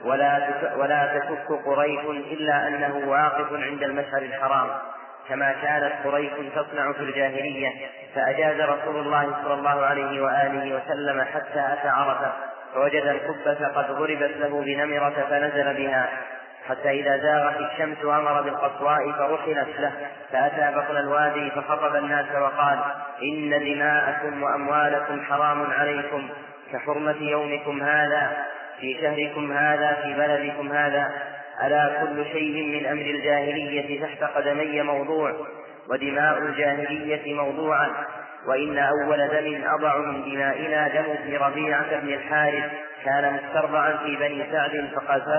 A: ولا تشك قريش إلا أنه واقف عند المشعر الحرام، كما كانت قريش تصنع في الجاهلية، فأجاز رسول الله صلى الله عليه وآله وسلم حتى أتى عرفة، فوجد القبة قد ضربت له بنمرة فنزل بها، حتى إذا زاغت الشمس أمر بالقصواء فرحلت له، فأتى بطن الوادي فخطب الناس وقال: إن دماءكم وأموالكم حرام عليكم كحرمة يومكم هذا في شهركم هذا في بلدكم هذا، ألا كل شيء من أمر الجاهلية تحت قدمي موضوع، ودماء الجاهلية موضوعة، وإن أول دم أضع من دمائنا دم ابن ربيعة بن الحارث كان مسترضعا في بني سعد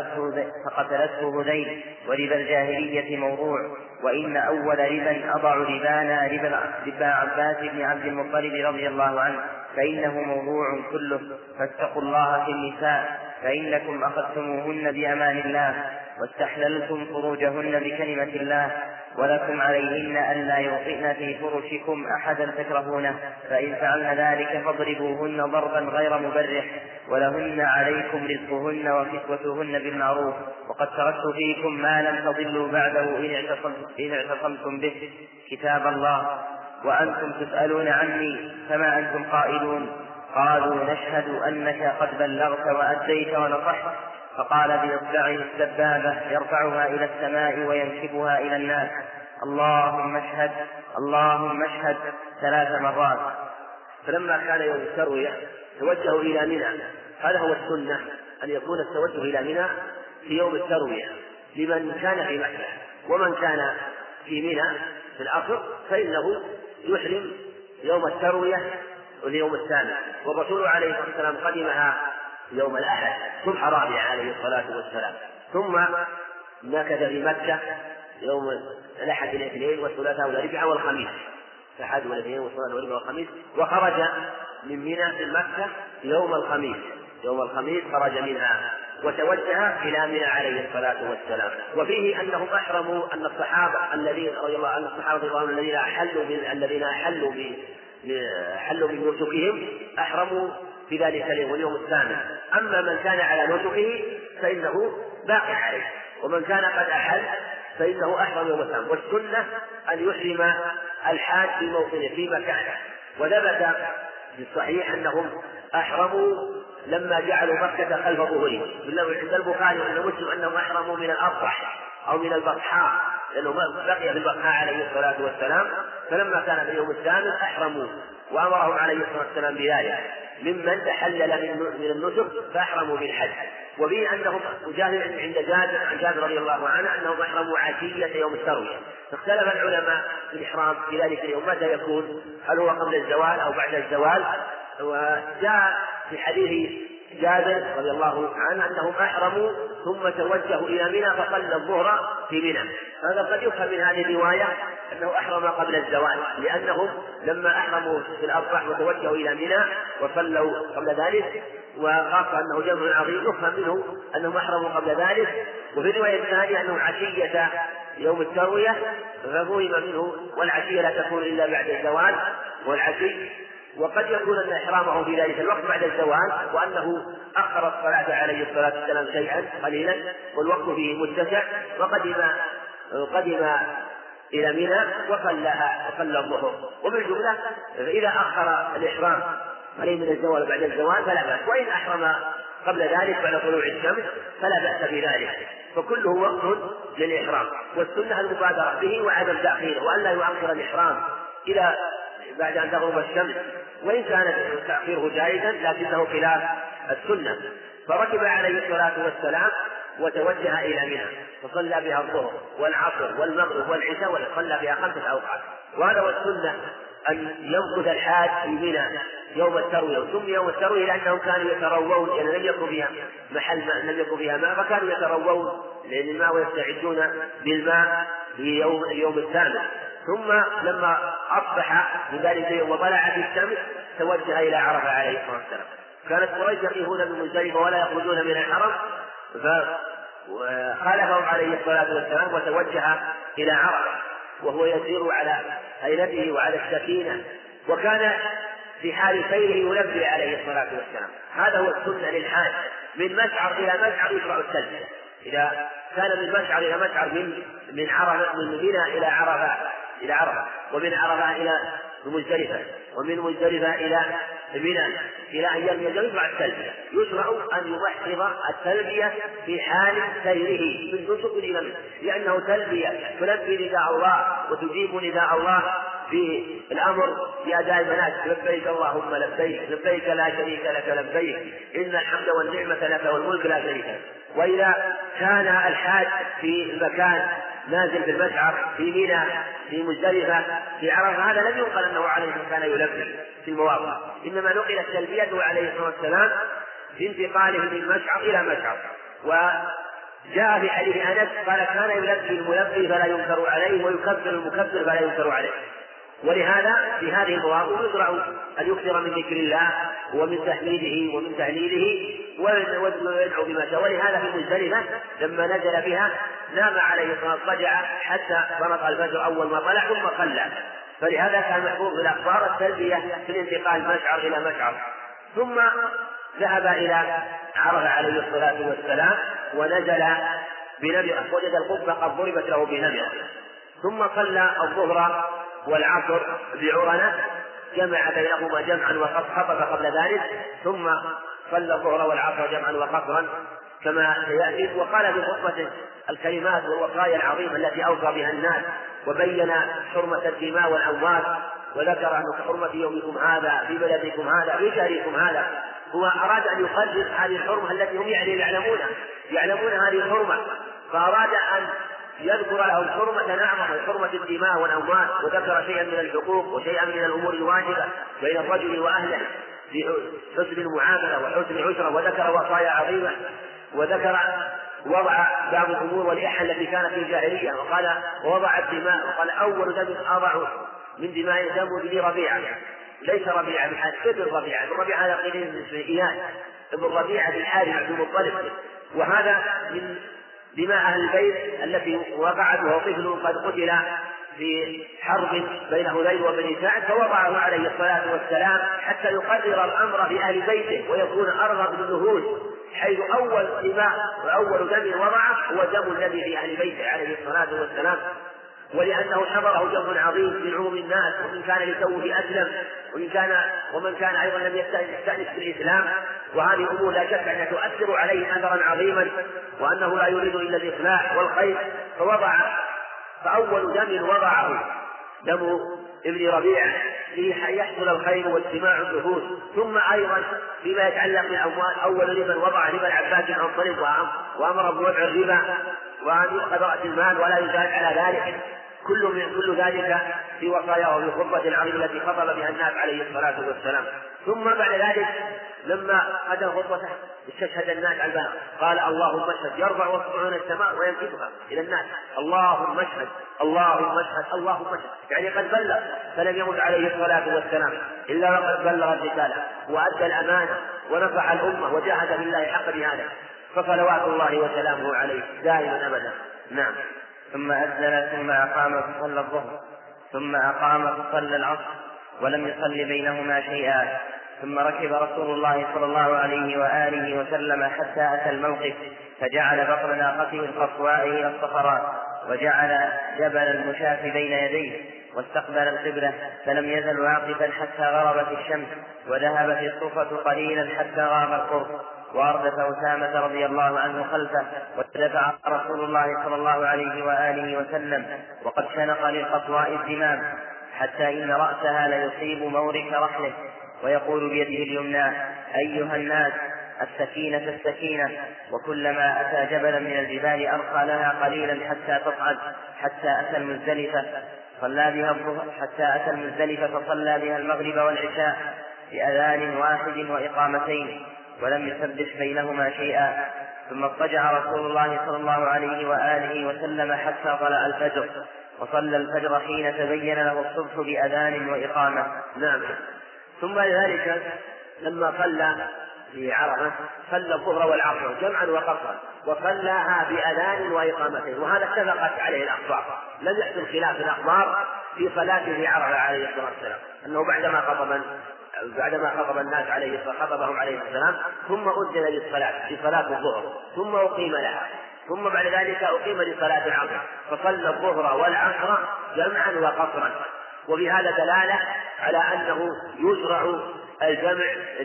A: فقتلته هذيل، وربا الجاهلية موضوع، وإن أول ربا أضع ربانا ربا عباس بن عبد المطلب رضي الله عنه، فإنه موضوع كله، فاتقوا الله في النساء، فإنكم أخذتموهن بأمان الله واستحللتم فروجهن بكلمة الله، ولكم عليهن ألا يوطئن في فرشكم أحدا تكرهونه، فإن فعلن ذلك فاضربوهن ضربا غير مبرح، ولهن عليكم رزقهن وكسوتهن بالمعروف، وقد تركت فيكم ما لم تضلوا بعده إن اعتصمتم به، كتاب الله، وأنتم تسألون عني فما أنتم قائلون؟ قالوا: نشهد أنك قد بلغت وأديت ونصحت. فقال بإصبعه السبابة يرفعها إلى السماء وينسبها إلى الناس: اللهم اشهد اللهم اشهد 3 مرات.
B: فلما كان يوم التروية توجهوا إلى منى. هذا هو السنة، أن يكون التوجه إلى منى في يوم التروية لمن كان في مكة، ومن كان في منى في الأصل فإنه يحرم يوم التروية واليوم الثاني. والرسول عليه الصلاة والسلام قدمها يوم الأحد صبح رابع عليه الصلاة والسلام، ثم مكث في مكة يوم الأحد والاثنين والثلاثاء والأربعاء والخميس، الأحد والاثنين والثلاثاء والأربعاء والخميس، وخرج من منى في مكة يوم الخميس خرج منها وتوجه إلى منى عليه الصلاة والسلام. وفيه أنهم أحرموا، أن الصحابة الذين رضي الله عنهم الذين أحلوا من نسكهم أحرموا في ذلك اليوم الثامن. أما من كان على نسكه فإنه باقي عليه، ومن كان قد أحل فإنه أحرم يوم الثامن. والسنة أن يحرم الحاج في موطنه في مكانه، وثبت في الصحيح أنهم أحرموا لما جعلوا مكة خلف ظهورهم، عند البخاري وعند مسلم أنهم أحرموا من الأبطح أو من البطحاء، لأنه بقي في البطحاء عليه الصلاة والسلام، فلما كان في اليوم الثامن أحرموا، وأمرهم عليه الصلاة والسلام بذلك ممن تحلل من النسك فأحرموا بالحج. وفيه أنهم عند جابر رضي الله عنه أنهم أحرموا عشية يوم التروية. فاختلف العلماء في الإحرام في ذلك اليوم متى يكون، هل هو قبل الزوال أو بعد الزوال. وجاء في حديث جابر رضي الله عنه أنهم أحرموا ثم توجهوا إلى منى فصلى الظهر في منى. هذا قد يفهم من هذه الرواية أنه أحرم قبل الزوال، لأنهم لما أحرموا في الأضحى وتوجهوا إلى منى وصلوا قبل ذلك، وخاصة أنه جمع عظيم يفهم منه أنهم أحرموا قبل ذلك. وفي الرواية الثانية أنه عشية يوم التروية، ففهم منه والعشية لا تكون إلا بعد الزوال، والعشي وقد يكون أن إحرامه في ذلك الوقت بعد الزوال، وأنه أخر الصلاة عليه الصلاة والسلام شيئا قليلا والوقت فيه متسع، وقدم إلى منى وصلى الظهر. وبالجملة إذا أخر الإحرام قليل من الزوال بعد الزوال فلا بأس، وإن أحرم قبل ذلك بعد طلوع الشمس فلا بأس بذلك، فكله وقت للإحرام. والسنة المبادرة به وعدم تأخيره، وألا يؤخر الإحرام إلى بعد أن تغرب الشمس، وإن كان تأخيره جائزا لكنه خلاف السنة. فركب عليه الصلاة والسلام وتوجه إلى منى فصلى بها الظهر والعصر والمغرب والعشاء، وصلى بها 5 أوقات. وهذا هو السنة، أن يمكث الحاج في منى يوم التروية. وسمي يوم التروية لأنهم كانوا يتروون، يعني لم يكن فيها محل ماء، لم يكن فيها ماء، فكانوا يتروون للماء ويستعدون بالماء في يوم الثامن. ثم لما أصبح من ذلك اليوم وطلعت الشمس توجه إلى عرفة عليه الصلاة والسلام. كانت قريش يقيمون بمزدلفة ولا يخرجون من الحرم، فخالفهم عليه الصلاة والسلام وتوجه إلى عرفة وهو يسير على هيئته وعلى السكينة، وكان في حال سيره يلبي عليه الصلاة والسلام. هذا هو السنة للحاج، من مشعر إلى مشعر يشرع التلبية. إذا كان من مشعر إلى مشعر من عرفة، من منى إلى عرفة، ومن عرفة إلى مزدلفة، ومن مزدلفة إلى منى إلى أن يرمي الجميع مع التلبية. يشرع أن يبحر التلبية في حال سيره من نسك إلى نسك، لأنه تلبية تلبي نداء الله وتجيب نداء الله في الأمر بأداء المناسك. لبيك اللهم لبيك لا شريك لك لبيك إن الحمد والنعمة لك والملك لا شريك لك. وإذا كان الحاج في المكان نازل في المشعر في منى في مزدلفة في عرفة، هذا لم ينقل أنه عليه كان يلبي في المواقع، إنما نقلت تلبيته عليه الصلاة والسلام في انتقاله من مشعر إلى مشعر. وجاء في حديث أنس قال كان يلبي الملبي فلا ينكر عليه ويكبر المكبر فلا ينكر عليه. ولهذا في هذه المواقف يشرع أن يكثر من ذكر الله ومن تحميده ومن تهليله ويدعو بما شاء. ولهذا في مزدلفة لما نزل بها نام عليه الصلاة والسلام، رجع حتى برق الفجر أول ما طلع ثم صلى. فلهذا كان محفوظ في الأخبار التلبية في الانتقال مشعر إلى مشعر. ثم ذهب إلى عرفة عليه الصلاة والسلام ونزل بنمرة، وجد القبة قد ضربت له بنمرة، ثم صلى الظهر والعصر بعرنة، جمع بينهما جمعا وخطب قبل ذلك، ثم صلى الظهر والعصر جمعا وقصرا كما سيأتي. وقال في خطبته الكلمات والوصايا العظيمة التي أوصى بها الناس، وبين حرمة الدماء والأموال، وذكر أن حرمة يومكم هذا في بلدكم هذا في شهركم هذا. هو أراد أن يقدر هذه الحرمة التي هم يعلمون هذه الحرمة، فأراد أن يذكر له الحرمة نعمة حرمة الدماء والأموال، وذكر شيئا من الحقوق وشيئا من الأمور الواجبة بين الرجل وأهله في حسن المعاملة وحسن العشرة، وذكر وصايا عظيمة، وذكر وضع بعض الأمور والإحة التي كانت في الجاهلية، وقال ووضع الدماء، وقال أول دم أضع من دماء دم ابن ربيعة، ليس ربيعة بن حارث ابن ربيعة، ابن ربيعة هذا قيل من إياس ابن ربيعة بن حارث بن المطلب، وهذا من دماء أهل البيت التي وقعت وهو طفل قد قتل في حرب بين هذيل وبني سعد، فوضعه عليه الصلاة والسلام حتى يقرر الأمر في أهل بيته ويكون أرغب بالنفوس، حيث أول دماء وأول دم وضعه هو دم الذي في أهل بيته عليه الصلاة والسلام، ولأنه حضره جمع عظيم من عموم الناس، ومن كان لتوه أسلم ومن كان أيضا لم يستأنس بالإسلام. وهذه أمور لا شك أنها تؤثر عليه أثرا عظيما، وأنه لا يريد إلا الإصلاح والخير، فأول دم وضعه دم ابن ربيعة ليحصل الخير واجتماع النفوس. ثم أيضا فيما يتعلق بالأموال أول ربا وضع ربا العباس بن طلب وأمر بوضع الربا وأن يؤخذ رأس المال ولا يزاد على ذلك. كل ذلك في وصاياه وفي خطبة العظيمة التي خطب بها الناس عليه الصلاة والسلام. ثم بعد ذلك لما أتى خطبته استشهد الناس على البلاغ، قال اللهم اشهد، يرفع اصبعه السماء وينكبها إلى الناس، اللهم اشهد اللهم اشهد اللهم اشهد، يعني قد بلغ، فلم يمت عليه الصلاة والسلام إلا وقد بلغ الرسالة وأدى الأمانة ونصح الأمة وجاهد في الله حق جهاده، فصلوات الله وسلامه عليه دائما أبدا. نعم.
A: ثم أذن ثم أقام فصلى الظهر ثم أقام فصلى العصر ولم يصل بينهما شيئا. ثم ركب رسول الله صلى الله عليه وآله وسلم حتى أتى الموقف، فجعل بطن ناقته القصواء إلى الصخرات، وجعل جبل المشاة بين يديه، واستقبل القبلة، فلم يزل واقفا حتى غربت الشمس، وذهبت الصفة قليلا حتى غاب القرب، وأردف أسامة رضي الله عنه خلفه، ودفع رسول الله صلى الله عليه وآله وسلم، وقد شنق للقصواء الزمام حتى إن رأسها ليصيب مورك رحله، ويقول بيده اليمنى: أيها الناس، السكينة السكينة. وكلما أتى جبلا من الجبال أرخى لها قليلا حتى تصعد، حتى أتى المزدلفة فصلى بها المغرب والعشاء بأذان واحد وإقامتين، ولم يسبح بينهما شيئا. ثم اضطجع رسول الله صلى الله عليه وآله وسلم حتى طلع الفجر، وصلى الفجر حين تبين له الصبح بأذان وإقامة.
B: نعم. ثم لذلك لما صلى في عرفة صلى الظهر والعصر جمعا وقصرا، وصلاها بأذان وإقامتين، وهذا اتفقت عليه الأخبار، لم يحصل خلاف الأخبار في صلاته في عرفة عليه الصلاة والسلام، أنه بعدما خطب الناس خطبهم عليه السلام ثم أذن للصلاة لصلاة الظهر، ثم أقيم لها، ثم بعد ذلك أقيم لصلاة العصر، فصلى الظهر والعصر جمعا وقصرا. وبهذا دلالة على أنه يشرع الجمع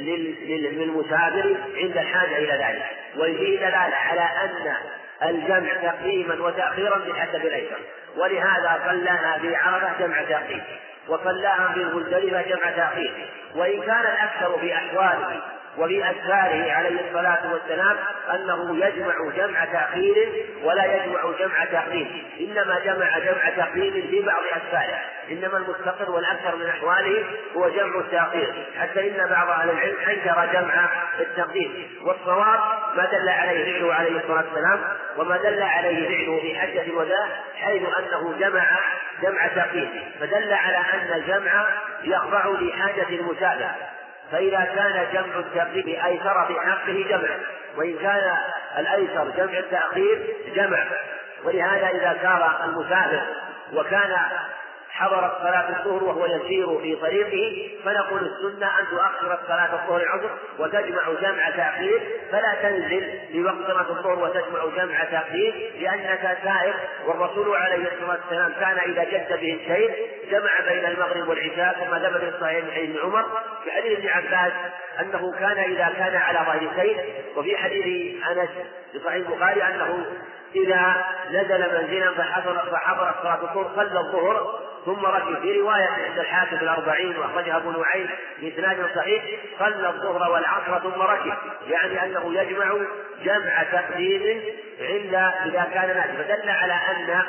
B: للمسافر عند الحاجة إلى ذلك، وفيه دلالة على أن الجمع تقديما وتأخيرا بحسب الأيسر، ولهذا صلاها في عرفة جمع تأخير، وصلاها في المزدلفة جمع تأخير. وإن كان الأكثر في أحواله وفي أسفاره عليه الصلاة والسلام أنه يجمع جمع تأخير ولا يجمع جمع تقديم، إنما جمع جمع تقديم في بعض أسفاره، إنما المستقر والأكثر من أحواله هو جمع التأخير، حتى إن بعض أهل العلم أنكر جمع التقديم. والصواب ما دل عليه فعله عليه الصلاة والسلام، وما دل عليه فعله في حجة الوداع، حيث أنه جمع تقديم، فدل على أن الجمع يخضع لحاجة المسافر، فإذا كان جمع التقديم أيسر في حقه جمع، وإن كان الأيسر جمع التأخير جمع. ولهذا إذا سار المسافر وكان حضرت صلاة الظهر وهو يسير في طريقه، فنقول السنة أن تؤخر صلاة الظهر العصر وتجمع جمع تأخير، فلا تنزل في وقت صلاة الظهر وتجمع جمع تأخير، لأنك سائر. والرسول عليه الصلاة والسلام كان إذا جد به السير جمع بين المغرب والعشاء، كما ثبت في الصحيح من حديث عمر في حديث ابن عباس أنه كان إذا كان على ظهر السير، وفي حديث أنس في صحيح البخاري أنه إذا نزل منزلا فحضر صلاة الظهر صلى الظهر ثم ركب. في رواية عند الحاكم في 40 وأخرجها أبو نعيم بإسناد صحيح صلى الظهر والعصر ثم ركب، يعني أنه يجمع جمع تقديم إذا كان نازلا، فدل على أن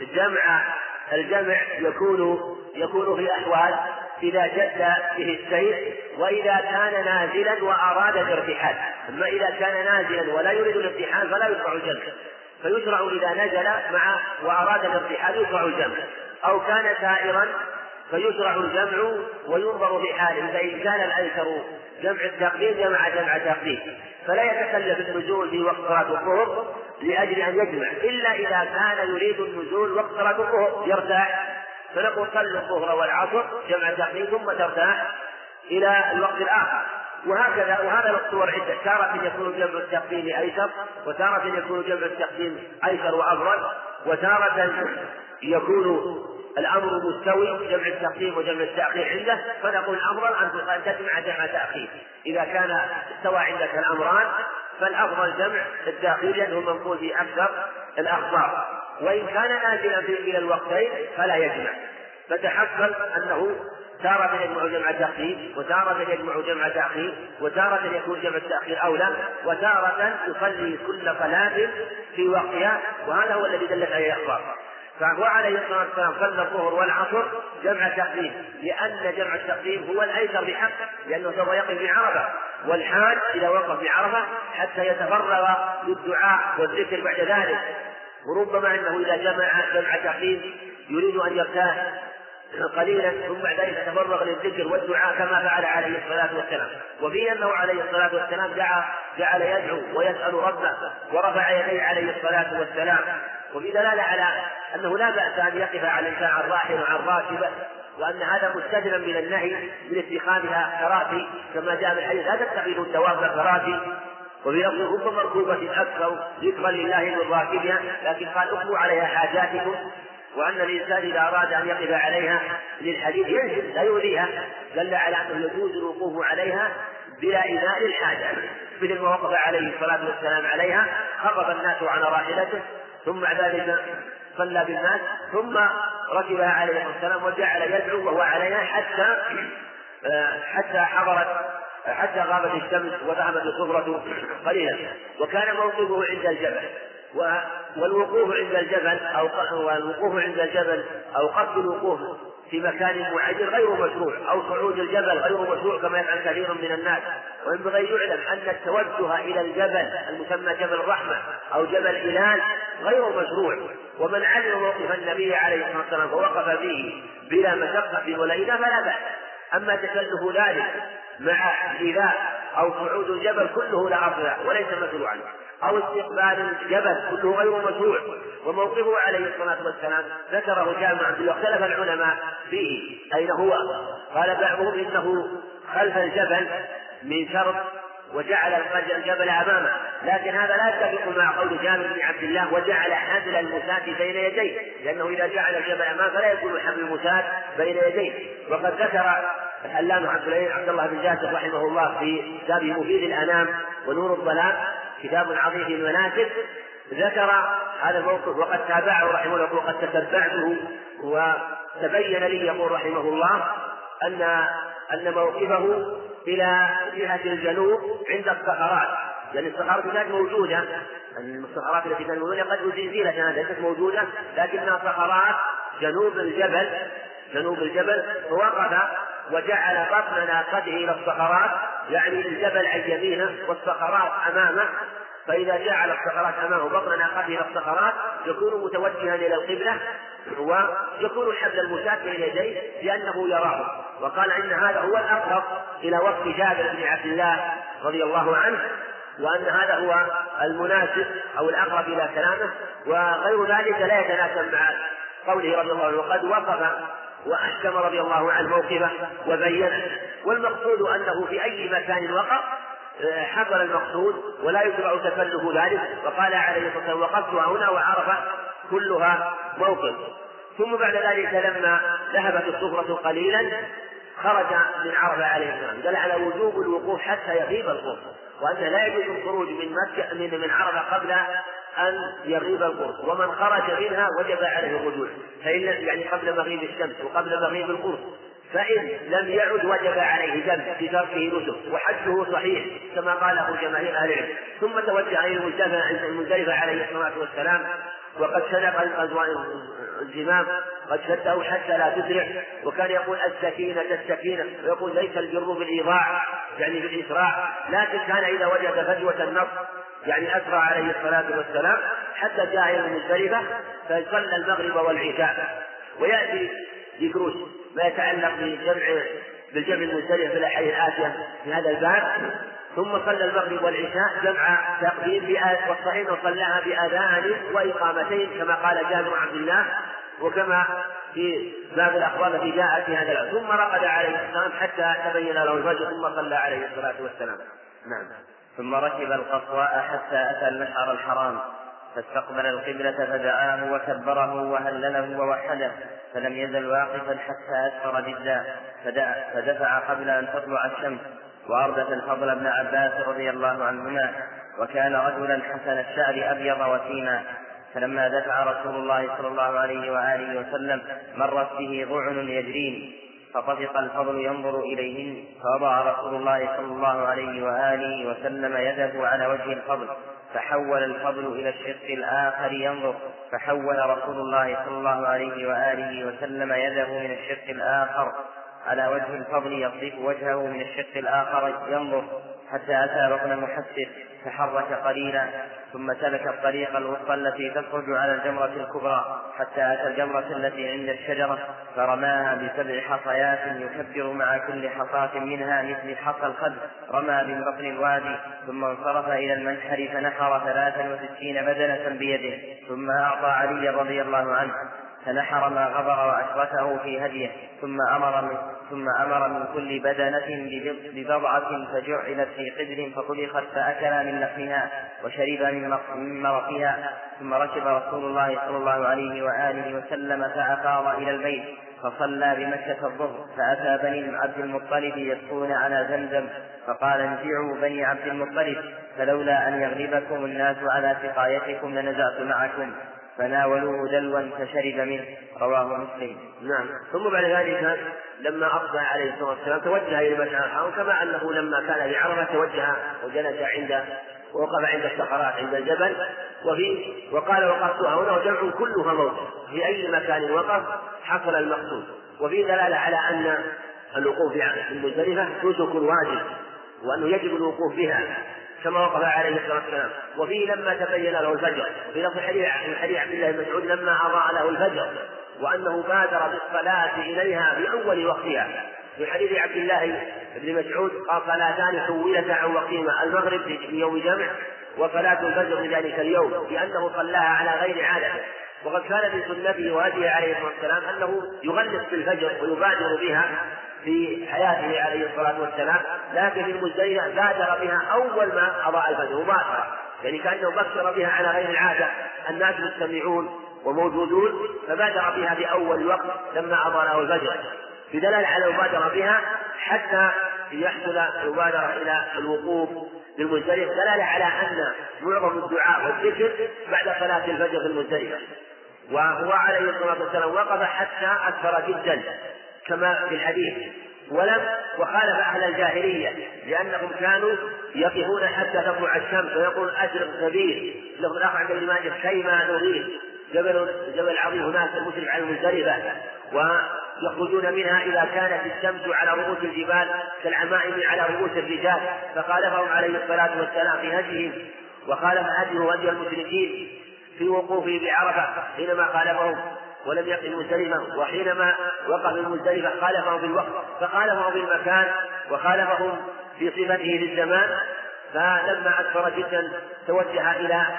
B: الجمع يكون في أحوال إذا جد به السير، وإذا كان نازلا وأراد الارتحال. أما إذا كان نازلا ولا يريد الارتحال فلا يشرع الجمع، فيشرع إذا نزل وأراد الارتحال يشرع الجمع، أو كان سائرا فيشرع الجمع وينظر في حاله، فإن كان الأيسر جمع التقديم جمع تقديم، فلا يتكلف النزول في وقت صلاة الظهر لأجل أن يجمع، إلا إذا كان يريد النزول وقت صلاة الظهر يرتاح، فنقول صل الظهر والعصر جمع تقديم ثم ترتاح إلى الوقت الآخر. وهذا الوقت والعدة، تارة يكون جمع التقديم أيسر، وتارة يكون جمع التقديم أيسر وأفضل، وتارة يكون الأمر مستوي جمع التقديم وجمع التأخير عنده، فنقول الأفضل أن تجمع جمع تأخير. إذا كان استوى عندك الأمران فالأفضل جمع التأخير لأنه منقول في أكثر الأخبار، وإن كان نازلا إلى الوقتين فلا يجمع. فتحصل أنه تارة يجمع جمع تقديم، وتارة يجمع جمع تأخير، وتارة يكون جمع التأخير أولى، وتارة يصلي كل صلاة في وقتها، وهذا هو الذي دلت عليه الأخبار. فهو عليه الصلاة والسلام صلى الظهر والعصر جمع تقديم، لأن جمع التقديم هو الأيسر بحق، لأنه سوف يقف بعرفة، والحاج إذا وقف بعرفة حتى يتفرغ للدعاء والذكر بعد ذلك، وربما أنه إذا جمع تقديم يريد أن يرتاح قليلا ثم بعد ذلك يتفرغ للذكر والدعاء كما فعل عليه الصلاة والسلام. وفي أنه عليه الصلاة والسلام جعل يدعو ويسأل ربه ورفع يديه عليه الصلاة والسلام، وفي دلالة على أنه لا بأس أن يقف على الإنسان عن راحل وعن راكب وأن هذا مستثنى من النهي من اتخاذها كراسي، كما جاء في الحديث لا تتخذوا الدواب كراسي، وفي لفظ رب مركوبة أكثر ذكرا لله من راكبها، لكن قال اقضوا عليها حاجاتكم، وأن الإنسان إذا أراد أن يقف عليها للحديث ينزل لا يؤذيها، دل على أنه يجوز الوقوف عليها بلا إيذاء للحاجة، مثل ما وقف عليه الصلاة والسلام عليها، خطب الناس عن راحلته ثم بعد ذلك صلى بالناس ثم ركبها عليه الصلاة والسلام وجعل يدعو وهو عليها حتى غابت الشمس وذهبت الصفرة قليلا. وكان موقفه عند الجبل، والوقوف عند الجبل أو قصد الوقوف في مكان معين غير مشروع، أو صعود الجبل غير مشروع كما يفعل كثير من الناس. وينبغي يعلم أن التوجه إلى الجبل المسمى جبل الرحمة أو جبل هلال غير مشروع، ومن علم موقف النبي عليه الصلاة والسلام ووقف فيه بلا مشقة ولا إذا فلا بأس. أما تكلف ذلك مع الإيذاء أو صعود الجبل كله لا أصل له وليس مشروعا، أو استقبال الجبل كله غير مشروع. وموقفه عليه الصلاة والسلام ذكره جامع عبد الله، اختلف العلماء فيه أين هو، قال بعضهم إنه خلف الجبل من شرط وجعل الجبل أمامه، لكن هذا لا يتفق مع قول جابر بن عبد الله وجعل حبل المساة بين يديه، لأنه إذا جعل الجبل أمامه فلا يكون حبل المساة بين يديه. وقد ذكر العلامة عبد الله بن جاسر رحمه الله في كتابه مفيد الأنام ونور الظلام كتاب عظيم في المناسك ذكر هذا الموقف، وقد تابعه رحمه الله وقد تتبعته وتبين لي يقول رحمه الله أن موقفه إلى جهة الجنوب عند الصخرات، يعني الصخرات كانت موجودة، الصخرات التي كانت موجودة قد أزيلت ليست موجودة لكنها صخرات جنوب الجبل، فوقف وجعل بطن ناقته إلى الصخرات، يعني الجبل عن يمينه والصخرات أمامه، فإذا جعل الصخرات أمامه بطن ناقته إلى الصخرات يكون متوجها إلى القبلة، ويكون حبل المساة بين يديه لأنه يراه. وقال إن هذا هو الأقرب إلى وقت جابر بن عبد الله رضي الله عنه، وأن هذا هو المناسب أو الأقرب إلى كلامه، وغير ذلك لا يتناسب مع قوله رضي الله عنه. وقد وقف وأحكم رضي الله عنه موقفه وبينه، والمقصود أنه في أي مكان وقف حصل المقصود ولا يتبع تكلف ذلك. وقال عليه الصلاة والسلام وقفتها هنا وعرف كلها موقف. ثم بعد ذلك لما ذهبت الصفرة قليلا خرج من عرفة عليه السلام، دل على وجوب الوقوف حتى يغيب القرص، وأن لا يجوز الخروج من عرفة قبل أن يغيب القرص، ومن خرج منها وجب عليه الرجوع، يعني قبل مغيب الشمس وقبل مغيب القرص، فإن لم يعد وجب عليه دم بتركه نسك، وحجه صحيح كما قاله جماهير أهل العلم. ثم توجه إلى المزدلفة عليه الصلاة والسلام، وقد شدق الزمام قد شده حتى لا تسرع، وكان يقول السكينة، ويقول ليس البر بالإيضاع يعني بالإسراع، لكن كان إذا وجد فجوة النصر يعني أسرع عليه الصلاة والسلام حتى جاء إلى المزدلفة فصلى المغرب والعشاء. ويأتي ذكر ما يتعلق بالجمع المزدلفة في الأحاديث الآتية في هذا الباب. ثم صلى المغرب والعشاء جمع تقديم والصحيح صلاها بأذان وإقامتين كما قال جابر بن عبد الله، وكما في باب الأخبار التي جاءت في هذا الأمر. ثم رقد عليه السلام حتى تبين له الفجر ثم صلى عليه الصلاة والسلام.
A: نعم. ثم ركب القصواء حتى أتى المشعر الحرام فاستقبل القبلة فدعاه وكبره وهلله ووحده، فلم يزل واقفا حتى أسفر جدا فدفع قبل أن تطلع الشمس، وأردف الفضل بن عباس رضي الله عنهما، وكان رجلا حسن الشعر أبيض وسيما. فلما دفع رسول الله صلى الله عليه وآله وسلم مرت به ضعن يجرين، فطفق الفضل ينظر إليهن، فوضع رسول الله صلى الله عليه وآله وسلم يده على وجه الفضل، فحول الفضل إلى الشق الآخر ينظر، فحول رسول الله صلى الله عليه وآله وسلم يده من الشق الآخر على وجه الفضل يصرف وجهه من الشق الآخر ينظر، حتى أتى بطن محسر تحرك قليلا، ثم سلك الطريق الوسطى التي تخرج على الجمرة الكبرى حتى أتى الجمرة التي عند الشجرة، فرماها ب7 حصيات يكبر مع كل حصاة منها مثل حصى الخد، رمى من بطن الوادي، ثم انصرف إلى المنحر فنحر 63 بدنة بيده، ثم أعطى علي رضي الله عنه فنحر ما غبر وأشركه في هديه، ثم أمر من كل بدنة ببضعة فجعلت في قدر فطبخت فأكل من لحمها وشرب من مرقها. ثم ركب رسول الله صلى الله عليه وآله وسلم فأفاض إلى البيت فصلى بمكة الظهر، فأتى بني عبد المطلب يسقون على زمزم، فقال انزعوا بني عبد المطلب، فلولا أن يغلبكم الناس على سقايتكم لنزعت معكم، فناولوه دلوا فشرب منه. رواه مسلم.
B: نعم. ثم بعد ذلك لما أصبح عليه الصلاة والسلام توجه إلى المشعر الحرام، كما أنه لما كان في عرفة توجه وجلس ووقف عند الصخرات عند الجبل، وقال وقفتها هنا وجمع كلها موت، في أي مكان وقف حصل المقصود. وفي دلالة على أن الوقوف في المزدلفة نسك واجب، وأنه يجب الوقوف بها كما وقف عليه الصلاة والسلام. وفيه لما تبين له الفجر، في نص حديث عبد الله بن مسعود لما أضاء له الفجر وأنه بادر بالصلاة إليها في أول وقتها. في حديث عبد الله بن مسعود قال صلاتان حولتا عن وقتهما، المغرب في يوم جمع وصلاة الفجر في ذلك اليوم، لأنه صلاها على غير عادة. وقد كان من سنته وهديه عليه الصلاة والسلام أنه يغلس بالفجر ويبادر بها في حياته عليه الصلاة والسلام، لكن في المزدلفة بادر بها أول ما أضاء الفجر مباشرة، يعني كأنه بشر بها على غير العادة، الناس مستمعون وموجودون، فبادر بها في أول وقت لما أضاء له الفجر، في دلالة على المبادرة بها حتى يحصل المبادرة إلى الوقوف بالمزدلفة، دلالة على أن معظم الدعاء والذكر بعد صلاة الفجر في المزدلفة. وهو عليه الصلاة والسلام وقف حتى أسفر جدا كما في الحديث، وخالف أهل الجاهلية لأنهم كانوا يقفون حتى تطلع الشمس ويقول أشرق كبير، لفظ الآخر عند ابن ماجه كيما نريد، جبل عظيم هناك المشرف على المزدلفة، ويخرجون منها إذا كانت الشمس على رؤوس الجبال كالعمائم على رؤوس الرجال، فخالفهم عليه الصلاة والسلام في هديهم، وخالف هديه هدي المشركين في وقوفه بعرفة حينما خالفهم ولم يقف المزدلفة، وحينما وقف المزدلفة خالفهم في الوقت، فخالفهم في المكان وخالفهم في صفته للزمان. فلما أكثر جدا توجه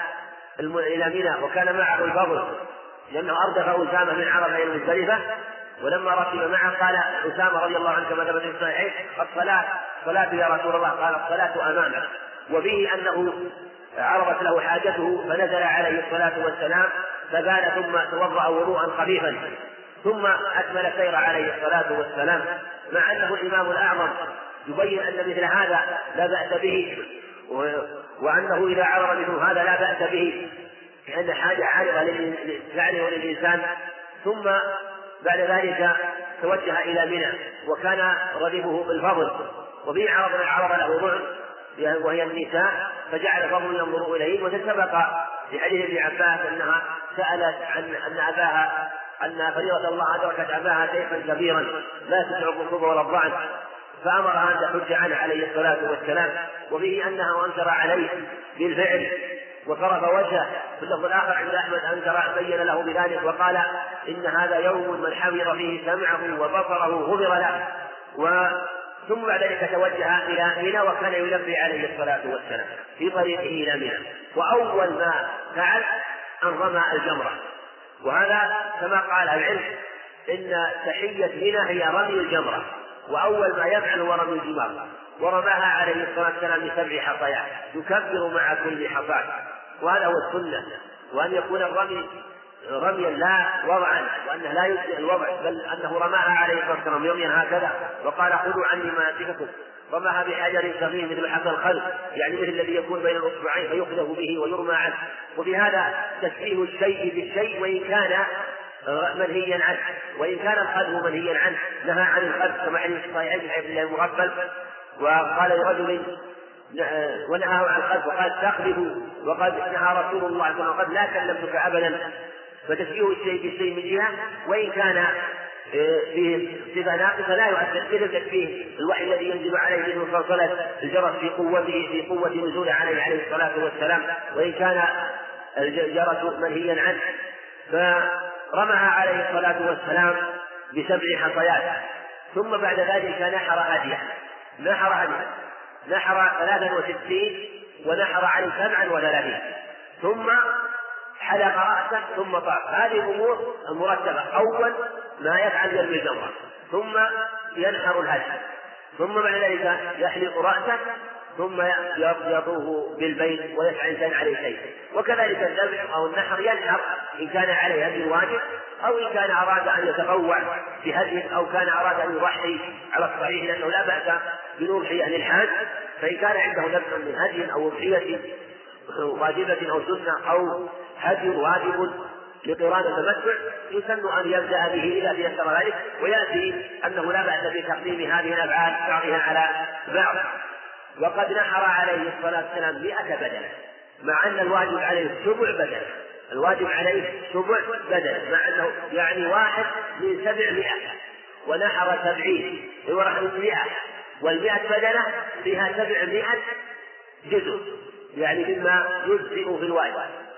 B: إلى منى، وكان معه الفضل لأنه أردف أسامة من عرفة إلى المزدلفة، ولما ركب معه قال أسامة رضي الله عنه كما ثبت في الصحيحين الصلاة يا رسول الله، قال الصلاة أمامك. وبه أنه عرضت له حاجته فنزل عليه الصلاة والسلام فبال ثم توضأ وضوءا خفيفا، ثم أكمل السير عليه الصلاة والسلام، مع أنه الإمام الأعظم يبين أن مثل هذا لا بأس به، وأنه إذا عرض مثل هذا لا بأس به، لأن حاجة عارضة للإنسان. ثم بعد ذلك توجه إلى منى، وكان ردفه بالفضل، وفي عرض له ضعف وهي النساء، فجعل فضل ينظر إليه. وتسبق في حديث ابن عباس أنها سألت أن فريضة الله أدركت أباها شيخا كبيرا لا تسع الركوب ولا الضعن، فأمرها أن تحج عنه عليه الصلاة والسلام. وفيه أنها أنكر عليه بالفعل وصرف وجهه. في اللفظ الآخر عند أحمد أنكر بين له بذلك وقال إن هذا يوم من حفظ فيه سمعه وبصره غفر له. ثم بعد ذلك توجه إلى منى، وكان يلبي عليه الصلاة والسلام في طريقه إلى منى، وأول ما فعل أن رمى الجمرة. وهذا كما قال العلم إن تحية منى هي رمي الجمرة، وأول ما يفعل هو رمي الجمرة، ورماها عليه الصلاة والسلام ب7 حصيات يكبر مع كل حصاة، وهذا هو السنة، وأن يكون الرمي رميا لا وضعا، وأنه لا يجزئ الوضع، بل أنه رماها عليه الصلاة والسلام يوميا هكذا، وقال خذوا عني مناسككم. رماها بحجر صغير مثل حجر الخلق، يعني مثل الذي يكون بين الأصبعين فيخذف به ويرمى عنه. وبهذا تشبيه الشيء بالشيء وإن كان منهيا عنه، وإن كان الخذف منهيا عنه نهى عن الخذف كما حديث الصحيحين عن عبد الله المغفل، وقال لرجل ونهاه عن الخذف وقال تخذف وقد نهى رسول الله صلى الله عليه وسلم قد لا كلمتك أبدا. فتشبيه الشيء بالشيء من جهة، وإن كان فيه صفة ناقصة لا يؤثر، مثل تشبيه الوحي الذي ينزل عليه من صلصلة الجرس في قوة نزوله عليه الصلاة والسلام، وإن كان الجرس منهيا عنه. فرمها عليه الصلاة والسلام ب7 حصيات، ثم بعد ذلك نحر هديه، نحر 63 ونحر عليه 37، ثم حلق رأسه ثم طاف. هذه الأمور المرتبة. أول ما يفعل يرمي الجمرة، ثم ينحر الهدي، ثم بعد ذلك يحلق رأسه، ثم يطوف بالبيت ويفعل إن كان عليه شيء. وكذلك الذبح أو النحر ينحر إن كان عليه هدي واجب، أو إن كان أراد أن يتطوع بهدي، أو كان أراد أن يضحي على الصحيح، لأنه لا بأس بالأضحية للحاج. فإن كان عنده ذبح من هدي أو أضحية واجبة أو سنة أو هدي واجب لقران التمتع، يسن أن يبدأ به إذا تيسر ذلك، ويأتي أنه لا بأس بتقديم هذه الأفعال بعضها على بعض. وقد نحر عليه الصلاة والسلام 100 بدنة، مع أن الواجب عليه 7 بدنة. الواجب عليه 7 بدنة، مع أنه يعني 1 من 700، ونحر 70 ورحم 100، وال100 بدنة فيها 700 جزء، يعني مما يجزئ في الواجب.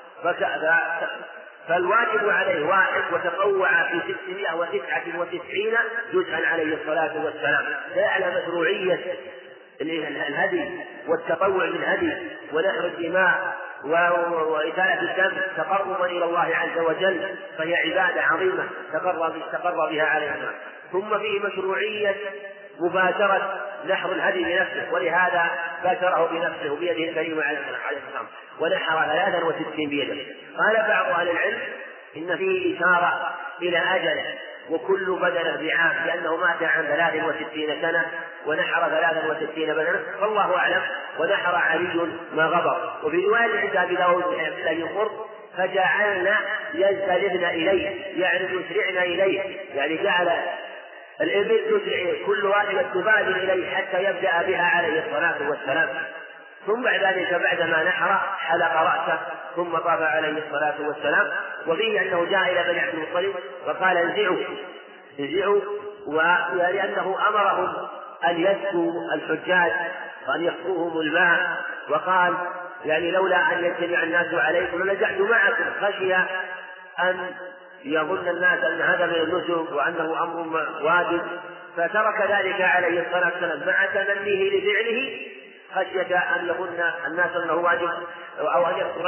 B: فالواجب عليه 1، وتطوع في 699 جزءا عليه الصلاة والسلام. فيعلم مشروعية الهدي والتطوع بالهدي ونحر الدماء وإزالة الدم تقربا إلى الله عز وجل، فهي عبادة عظيمة تقرب بها عليه السلام. ثم فيه مشروعية مباشرة نحر الهدي بنفسه، ولهذا باشره بنفسه بيده الكريمة عليه السلام، ونحر 63 بيده. قال بعض أهل العلم إن فيه إشارة إلى أجله، وكل بدنة بعام، لأنه مات عن 63 سنة ونحر 63 بدنة، والله أعلم. ونحر علي ما غبر. وفي رواية عند أبي داود بن قرب فجعلنا ينسلبن إليه، يعني يسرعن إليه، يعني جعل الإبل تسرع كل واحدة تبادر إليه حتى يبدأ بها عليه الصلاة والسلام. ثم بعد ذلك بعدما نحر حلق رأسه ثم طاف عليه الصلاة والسلام. وفيه أنه جاء إلى بني عبد المطلب فقال انزعوا، ولأنه أمرهم أن يسقوا الحجاج وأن يسقوهم الماء، وقال يعني لولا أن يجتمع الناس عليكم لنزعت معكم، خشي أن يظن الناس أن هذا من النسك وأنه أمر واجب، فترك ذلك عليه الصلاة والسلام مع تمنيه لفعله خشية أن يظن الناس أنه واجب، أو أن يكثر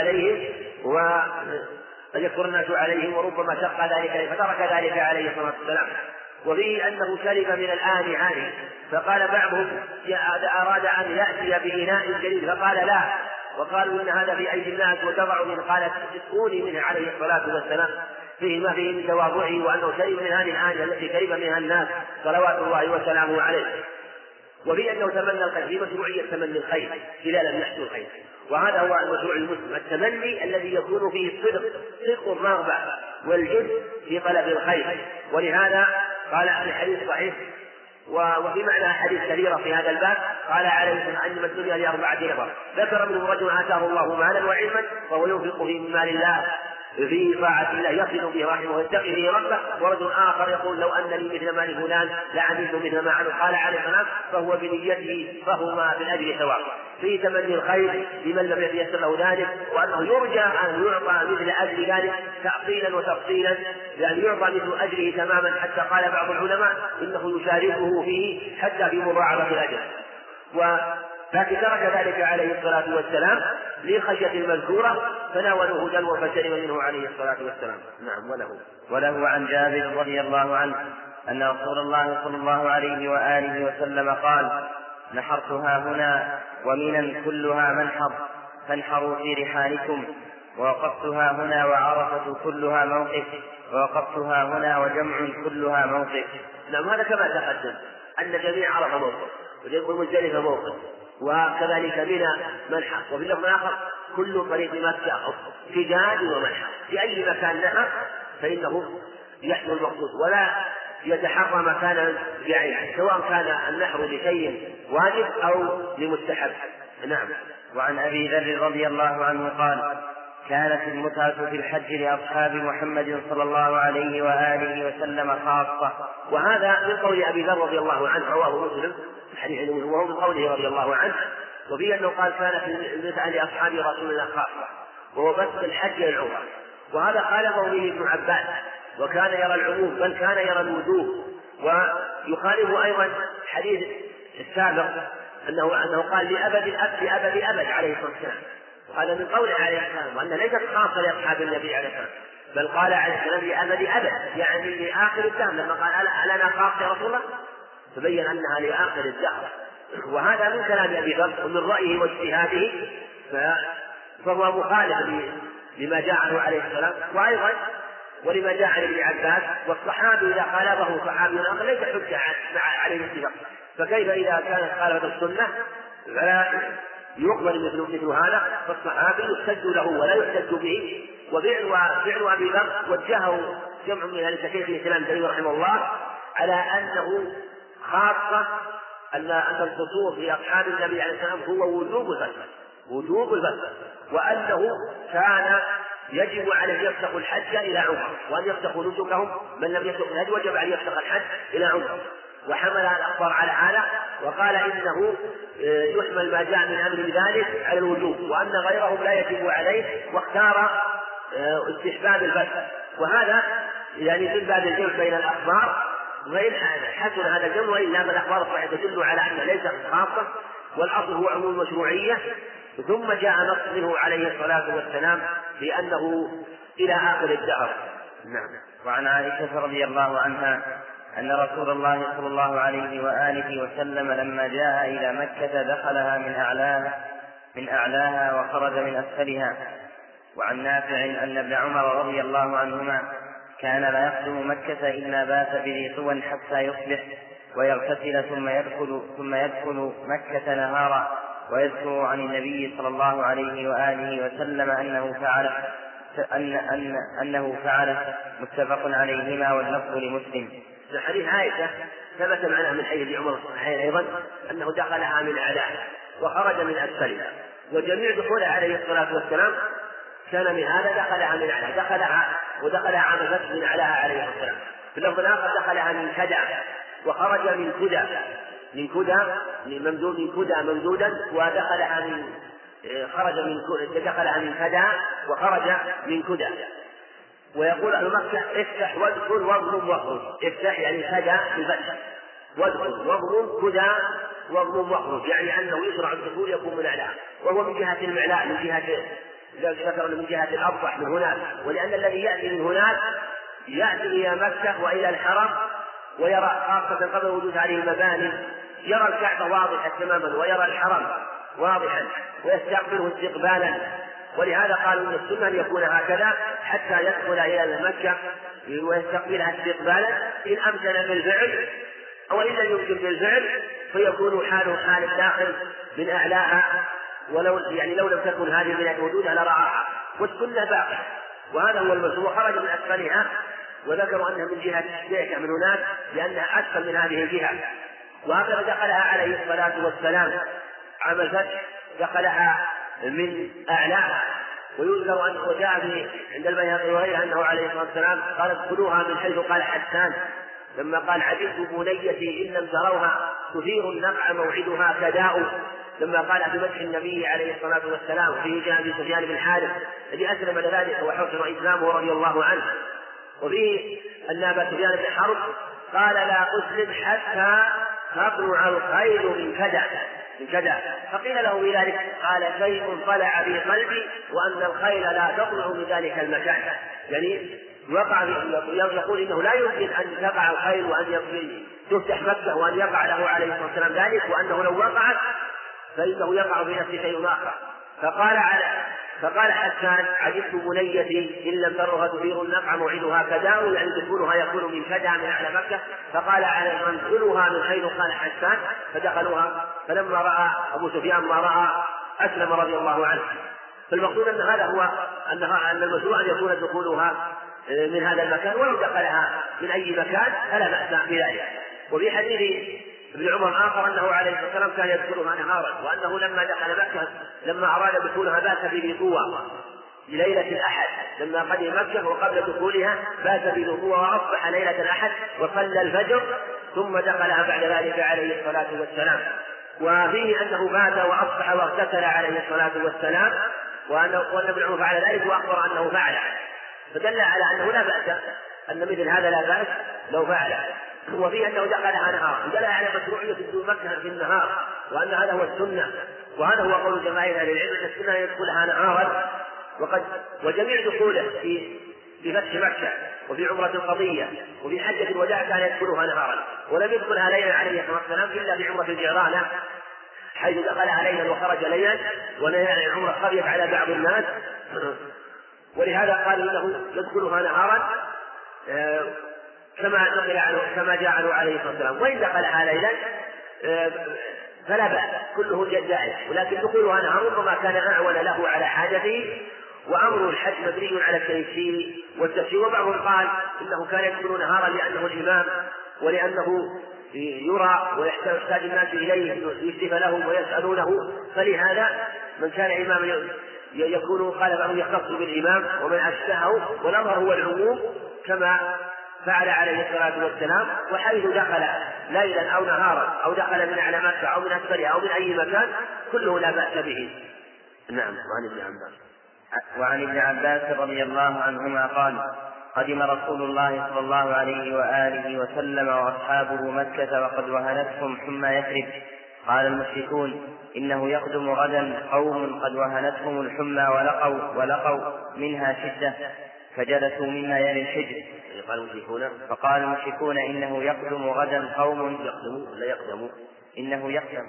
B: الناس عليهم وربما شق ذلك، فترك ذلك عليه الصلاة والسلام. وفيه أنه شرب من الآن عنه، فقال بعضهم أراد أن يأتي بإناء جديد فقال لا، وقالوا إن هذا في أيدي الناس وتضعوا منه، قالت اسقوني منه عليه الصلاة والسلام. فيه ما فيه من تواضعه، وأنه شرب من هذه الآنية التي شرب منها الناس صلوات الله وسلامه عليه. وفي أنه تمنى الخير، في مشروعية تمني الخير إذا لم يحصل الخير، وهذا هو المشروع المسلم، التمني الذي يكون فيه صدق الرغبة والجد في طلب الخير. ولهذا قال في الحديث صحيح وفي معنى حديث كثيرة في هذا الباب، قال عليه الصلاة والسلام: الدنيا لأربعة نفر، ذكر منهم رجل آتاه الله مالا وعلما فهو ينفق في مال الله في طاعة الله يصل به رحمه ويتقي به ربه، ورجل آخر يقول: لو أن لي مثل مال فلان لعملت مثل ما عمل. قال عليه السلام: فهو بنيته فهما بالأجر سواء. في تمني الخير لمن لم يتيسر له ذلك، وأنه يرجى أن يعطى مثل أجر ذلك تعطيلا وتفصيلا، لأن يعطى مثل أجره تماما، حتى قال بعض العلماء إنه يشاركه فيه حتى في مضاعفة الأجر. لكن ترك ذلك عليه الصلاة والسلام لخشية المذكورة، فناولوه دلوا فشرب منه عليه الصلاة والسلام. نعم.
A: وله عن جابر رضي الله عنه أن رسول الله صلى الله عليه وآله وسلم قال: نحرتها هنا ومنا كلها منحر، فانحروا في رحالكم، ووقفتها هنا وعرفة كلها موقف، ووقفتها هنا وجمع كلها موقف.
B: نعم، هذا كما تقدم أن جميع عرفة موقف، ويقول مزدلفة موقف، وكذلك منى منحر. وفي اللفظ الآخر: كل طريق مكة سجاد ومنحر، في أي مكان نحر فإنه يحصل المقصود، ولا يتحرى مكانا بعينه، سواء كان النحر لشيء واجب أو لمستحب. نعم.
A: وعن أبي ذر رضي الله عنه قال: كانت المتعة في الحج لأصحاب محمد صلى الله عليه وآله وسلم خاصة.
B: وهذا من قول أبي ذر رضي الله عنه، رواه مسلم الحديث، وهو من قوله رضي الله عنه. وفيه أنه قال: كانت المتعة لأصحاب رسول الله خاصة، وهو بس الحج والعمرة. وهذا خالفه به ابن عباس، وكان يرى العموم، بل كان يرى الوجوب. ويخالف أيضا حديث السابق أنه قال لأبد الأبد عليه الصلاة والسلام، هذا من قوله عليه السلام، وأنها ليست خاصة لأصحاب النبي عليه السلام، بل قال عليه السلام لأبد أبد، يعني لآخر الدهر، لما قال ألنا خاص يا رسول الله، تبين أنها لآخر الدهر. وهذا من كلام أبي بكر ومن رأيه واجتهاده، فهو مخالف لما جاء عنه عليه السلام، وأيضا ولما جاء عن ابن عباس. والصحابي إذا خالفه صحابي آخر ليس حجة عليه الاتفاق، فكيف إذا كانت خالفة السنة فلا يقبل مثل هذا؟ فالصحابي يحتج له ولا يحتج به. وفعل أبي ذر وجهه جمع من أهل شيخ الإسلام تيمية رحمه الله على أنه خاصة، أن القصور في أصحاب النبي عليه السلام هو وجوب الفصل، وأنه كان يجب عليه يفسخ الحج إلى عمره، وأن يفسخوا نسكهم، من لم يفسخ الحج وجب عليه يفسخ الحج إلى عمره. وحمل الأخبار على هذا وقال إنه يحمل ما جاء من أمر ذلك على الوجوب، وأن غيرهم لا يجب عليه، واختار استحباب الفسخ. وهذا يعني من باب الجمع بين الأخبار، وإن حسن هذا الجمع، وإلا فالأخبار الصحيحة تدل على أنها ليست خاصة، والأصل هو عموم المشروعية. ثم جاء نص منه عليه الصلاة والسلام بأنه إلى آخر الدهر.
A: نعم. وعن عائشة رضي الله عنها أن رسول الله صلى الله عليه وآله وسلم لما جاء إلى مكة دخلها من أعلاها وخرج من أسفلها. وعن نافع أن ابن عمر رضي الله عنهما كان لا يقدم مكة إلا بات بذي طوى حتى يصبح ويغتسل ثم يدخل مكة نهارا، ويذكر عن النبي صلى الله عليه وآله وسلم أنه فعله متفق عليهما واللفظ لمسلم.
B: في حديث عائشة ثبت معنا من حديث ابن عمر الصحيحين أيضا أنه دخلها من أعلاها وخرج من أسفلها، وجميع دخولها عليه الصلاة والسلام كان من هذا، دخلها من أعلاها، ودخلها عام الفتح من أعلاها عليه السلام. في اللفظ الآخر دخلها من كدى وخرج من كدى ممدودا، ودخلها من كدى وخرج من كدى. ويقول أهل مكة افتح وادخل واضرب واخرج. افتح يعني كدى بالفتح، وادخل واضرب كدى واضرب واخرج، يعني أنه يشرع الدخول يكون من أعلاها، وهو من جهة المعلاء، من جهة الأبطح من هناك. ولأن الذي يأتي من هناك يأتي إلى مكة وإلى الحرم ويرى، خاصة قبل وجود هذه المباني، يرى الكعبة واضحة تماما ويرى الحرم واضحا ويستقبله استقبالا. ولهذا قالوا ان السنه ان يكون هكذا حتى يدخل الى مكه ويستقبلها استقبالا، ان امكن بالفعل او ان لم يمكن بالفعل فيكون حاله حال الداخل من اعلاها، ولو لم تكن هذه البلاد وجودها لرعاها، والسنه باقيه. وهذا هو المشروع. خرج من اسفلها، وذكروا انها من جهه الشيكه من هناك لانها اسفل من هذه الجهه. وهكذا دخلها عليه الصلاه والسلام عام الفتح، دخلها من أعلاها. ويذكر أنه جاء عند البيهقي وغيره أنه عليه الصلاة والسلام قال ادخلوها من حيث قال حسان، لما قال عجبت بنيتي إن لم تروها تثير النفع موعدها كداء، لما قال في مدح النبي عليه الصلاة والسلام. وفيه جاء في سفيان بن الحارث الذي أسلم لذلك وحسن إسلامه رضي الله عنه. وفيه أن أبا سفيان بن حرب قال لا أسلم حتى تطلع الخيل من كذا، فقيل له بذلك قال شيء طلع في قلبي وأن الخيل لا تطلع من ذلك المكان، يعني يقول إنه لا يمكن أن تقع الخيل وأن تفتح مكة وأن يقع له عليه الصلاة والسلام ذلك، وأنه لو وقعت فإنه يقع في نفسه شيء آخر. فقال حسان عجبت بنيتي إن لم ترها تثير النفع موعدها كداء، يعني دخولها يكون من كدى من أعلى مكة. فقال على من ادخلوها من حيث قال حسان، فدخلوها. فلما رأى أبو سفيان ما رأى أسلم رضي الله عنه. فالمقصود أن هذا هو أن المشروع أن يكون دخولها من هذا المكان، ولو دخلها من أي مكان فلا بأس بذلك. وفي حديث ابن عمر آخر أنه عليه الصلاة والسلام كان يدخلها نهارا، وأنه لما دخل مكة لما أراد دخولها بات بذي طوى ليلة الأحد، لما قدم مكة وقبل دخولها بات بذي طوى وأصبح ليلة الأحد وصلى الفجر ثم دخلها بعد ذلك عليه الصلاة والسلام. وفيه أنه بات وأصبح واغتسل عليه الصلاة والسلام، وأن ابن عمر فعل ذلك وأخبر أنه فعله، فدل على أنه لا بأس، أن مثل هذا لا بأس لو فعله. وفيه أنه دخلها نهار، دل على مشروعية دخول مكة في النهار، وأن هذا هو السنة، وهذا هو قول جماهير أهل العلم أن السنة يدخلها نهارا، وجميع دخوله في فتح مكة وفي عمرة القضية وفي حجة الوداع كان يدخلها نهارا، ولم يدخلها ليلا عليه الصلاة والسلام إلا في عمرة الجيرانة حيث دخلها ليلا وخرج ليلا، ونهى عن العمرة خفيت على بعض الناس، ولهذا قال إنه يدخلها نهارا كما نقل عنه كما جاء عنه عليه الصلاة والسلام. وإن دخلها ليلا فلا بأس، كله جائز، ولكن دخولها نهار ربما كان أعون له على حاجته، وأمر الحج مبني على التيسير والتفسير. وبعضهم قال إنه كان يدخل نهارا لأنه الإمام ولأنه يرى ويحتاج الناس إليه يشرف لهم ويسألونه، فلهذا من كان إماما يكون قال بعضهم يختص بالإمام ومن أشبهه، والأمر هو العموم كما فعل عليه الصلاة والسلام. وحيث دخل ليلا أو نهارا أو دخل من على مكة أو من أسفلها أو من أي مكان كله لا بأس به. نعم.
A: وعن ابن عباس رضي الله عنهما قال: قدم رسول الله صلى الله عليه وآله وسلم وأصحابه مكة وقد وهنتهم حمى يثرب. قال المشركون: إنه يقدم غدا قوم قد وهنتهم الحمى ولقوا منها شدة فجلسوا مما يلي الحجر. فقال المشركون: إنه يقدم غدا قوم إنه يقدم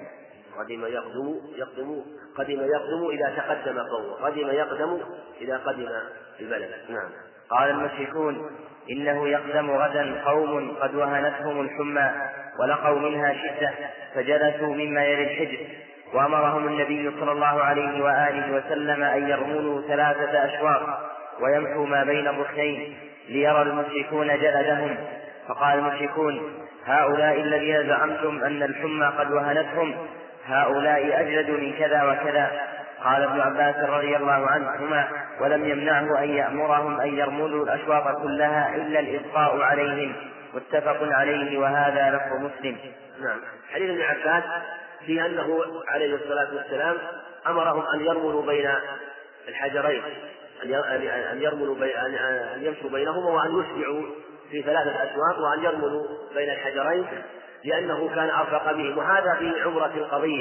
B: قدم يقدم إذا تقدم قوم، قدم يقدم إذا قدم البلد. نعم.
A: قال المشركون: إنه يقدم غدا قوم قد وهنتهم الحمى ولقوا منها شدة فجلسوا مما يلي الحجر. وأمرهم النبي صلى الله عليه وآله وسلم أن يرملوا 3 أشواط ويمحوا ما بين الركنين ليرى المشركون جلدهم. فقال المشركون: هؤلاء الذين زعمتم أن الحمى قد وهنتهم هؤلاء أجلد من كذا وكذا. قال ابن عباس رضي الله عنهما: ولم يمنعه أن يأمرهم أن يرملوا الأشواط كلها إلا الإبقاء عليهم. متفق عليه، وهذا لفظ مسلم.
B: نعم. حديث ابن عباس في أنه عليه الصلاة والسلام أمرهم أن يرملوا بين الحجرين، أن يمشوا بينهما وأن يشبعوا في 3 أشواط وأن يرملوا بين الحجرين لأنه كان أرفق بهم. وهذا في عمرة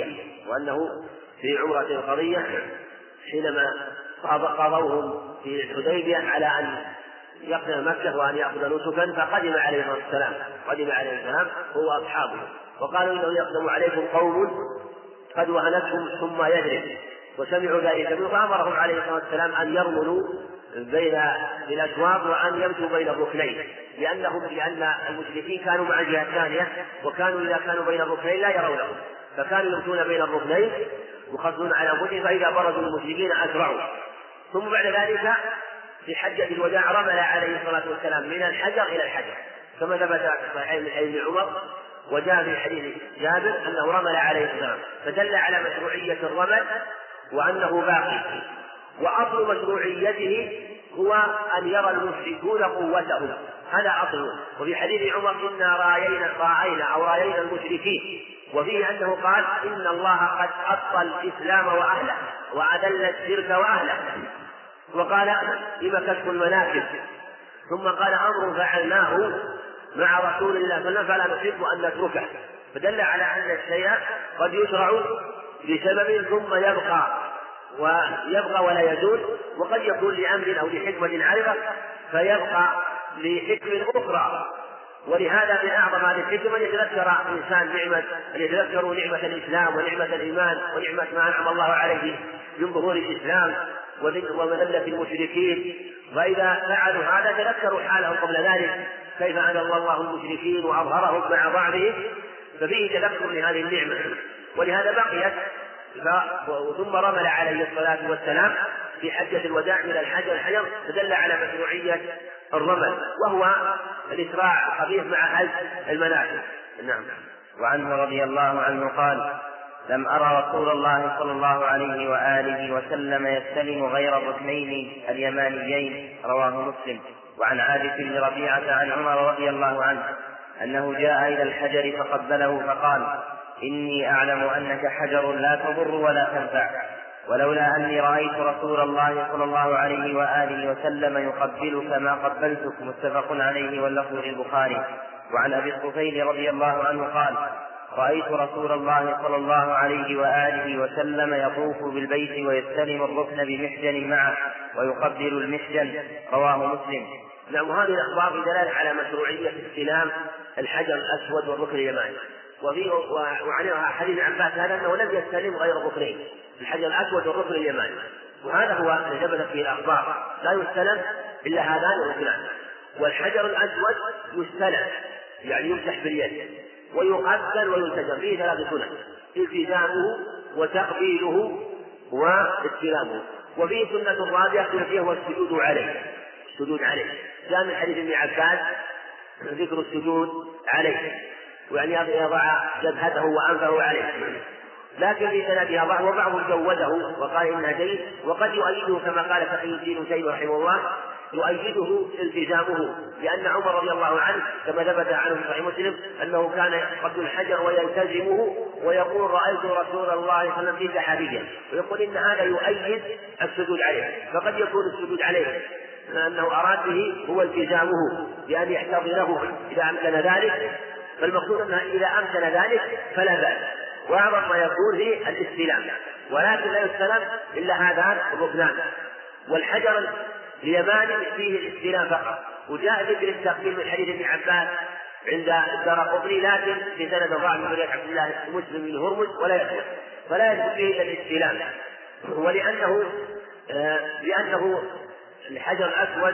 B: القضية حينما قاضوهم في الحديبية على أن يقدم مكة وأن يأخذ نسكا، فقدم عليه السلام هو أصحابه وقالوا: إنه يقدم عليكم قوم قد وهنتهم ثم يدرك، وسمعوا ذلك منه، فأمرهم عليه الصلاة والسلام أن يرملوا بين الأشواط وأن يمشوا بين الركنين، لأن المشركين كانوا مع الجهة الثانية، وكانوا إذا كانوا بين الركنين لا يرونهم، فكانوا يمشون بين الركنين يخصون على أنفسهم، فإذا برزوا المشركين أسرعوا. ثم بعد ذلك في حجة الوداع رمل عليه الصلاة والسلام من الحجر إلى الحجر كما ثبت في صحيح من حديث عمر، وجاء في حديث جابر أنه رمل عليه السلام، فدل على مشروعية الرمل وأنه باقي. وأصل مشروعيته هو أن يرى المشركون قوته، هذا أصله. وفي حديث عمر: إنا رأينا المشركين، وفيه أنه قال: إن الله قد أبطل الإسلام وأهله وأذل الشرك وأهله. وقال: لما كشف المناكب. ثم قال: أمر فعلناه مع رسول الله صلى الله عليه وسلم فلا نحب أن نتركه. فدل على أن الشيء قد يشرع بسبب ثم يبقى ولا يزول، وقد يكون لأمر أو لحكمة عارضة فيبقى لحكم أخرى. ولهذا من أعظم هذه الحكمة أن يتذكر الإنسان نعمة الإسلام ونعمة الإيمان ونعمة ما أنعم الله عليه من ظهور الإسلام ومذلة المشركين. فإذا فعلوا هذا تذكروا حالهم قبل ذلك كيف أذل الله المشركين وأظهرهم مع بعضهم، ففيه تذكر لهذه النعمة. ولهذا بقيت ثم رمل عليه الصلاة والسلام في حجة الوداع من الحجر، فدل على مشروعية الرمل، وهو الإسراع الخفيف مع هز المناكب. نعم.
A: وعنه رضي الله عنه قال: لم أرى رسول الله صلى الله عليه وآله وسلم يستلم غير الركنين اليمانيين. رواه مسلم. وعن عابس بن ربيعة عن عمر رضي الله عنه أنه جاء إلى الحجر فقبله فقال: إني أعلم أنك حجر لا تضر ولا تنفع، ولولا أني رأيت رسول الله صلى الله عليه وآله وسلم يقبلك ما قبلتك. متفق عليه واللفظ للبخاري. وعن أبي الطفيل رضي الله عنه قال: رأيت رسول الله صلى الله عليه وآله وسلم يطوف بالبيت ويستلم الركن بمحجن معه ويقبل المحجن. رواه مسلم.
B: نعم، هذه الأخبار بدلالة على مشروعية استلام الحجر الأسود والركن اليماني. وعنها حديث عباس هذا أنه لم يستلم غير الركنين، الحجر الأسود والركن اليماني، وهذا هو الذي ثبتت فيه الأخبار، لا يستلم إلا هذان الركنان. والحجر الأسود يستلم يعني يمسح باليد ويقبل ويلتزم، فيه 3 سنن: التزامه وتقبيله واستلامه. وفيه سنة رابعة التي هو السجود عليه. جاء من حديث ابن عباس ذكر السجود عليه، وأن يضع جبهته وأنفه عليه، لكن في سندها ضعف، وبعضهم جوده وقال إنها جيد، وقد يؤيده كما قال تقي الدين تيمية رحمه الله يؤيده التزامه، لأن عمر رضي الله عنه كما ثبت عنه في صحيح مسلم أنه كان يقبل الحجر ويلتزمه ويقول رأيت رسول الله صلى الله عليه وسلم في سحابية، ويقول إن هذا يؤيد السجود عليه. فقد يكون السجود عليه أنه أراد به هو التزامه بأن يحتضنه إذا أمكن ذلك، فالمقصود أنه إذا أمكن ذلك فلا بأس. وأعظم ما يكون هي الاستلام، ولكن لا يستلم إلا هذان الركنان. والحجر اليماني فيه الاستلام فقط، وجاء ذكر التقديم من حديث ابن عباس عند الدارقطني، لكن في سند ضعف من طريق عبد الله مسلم بن هرمز ولا يثبت، فلا يثبت فيه الا الاستلام. لأنه الحجر الأسود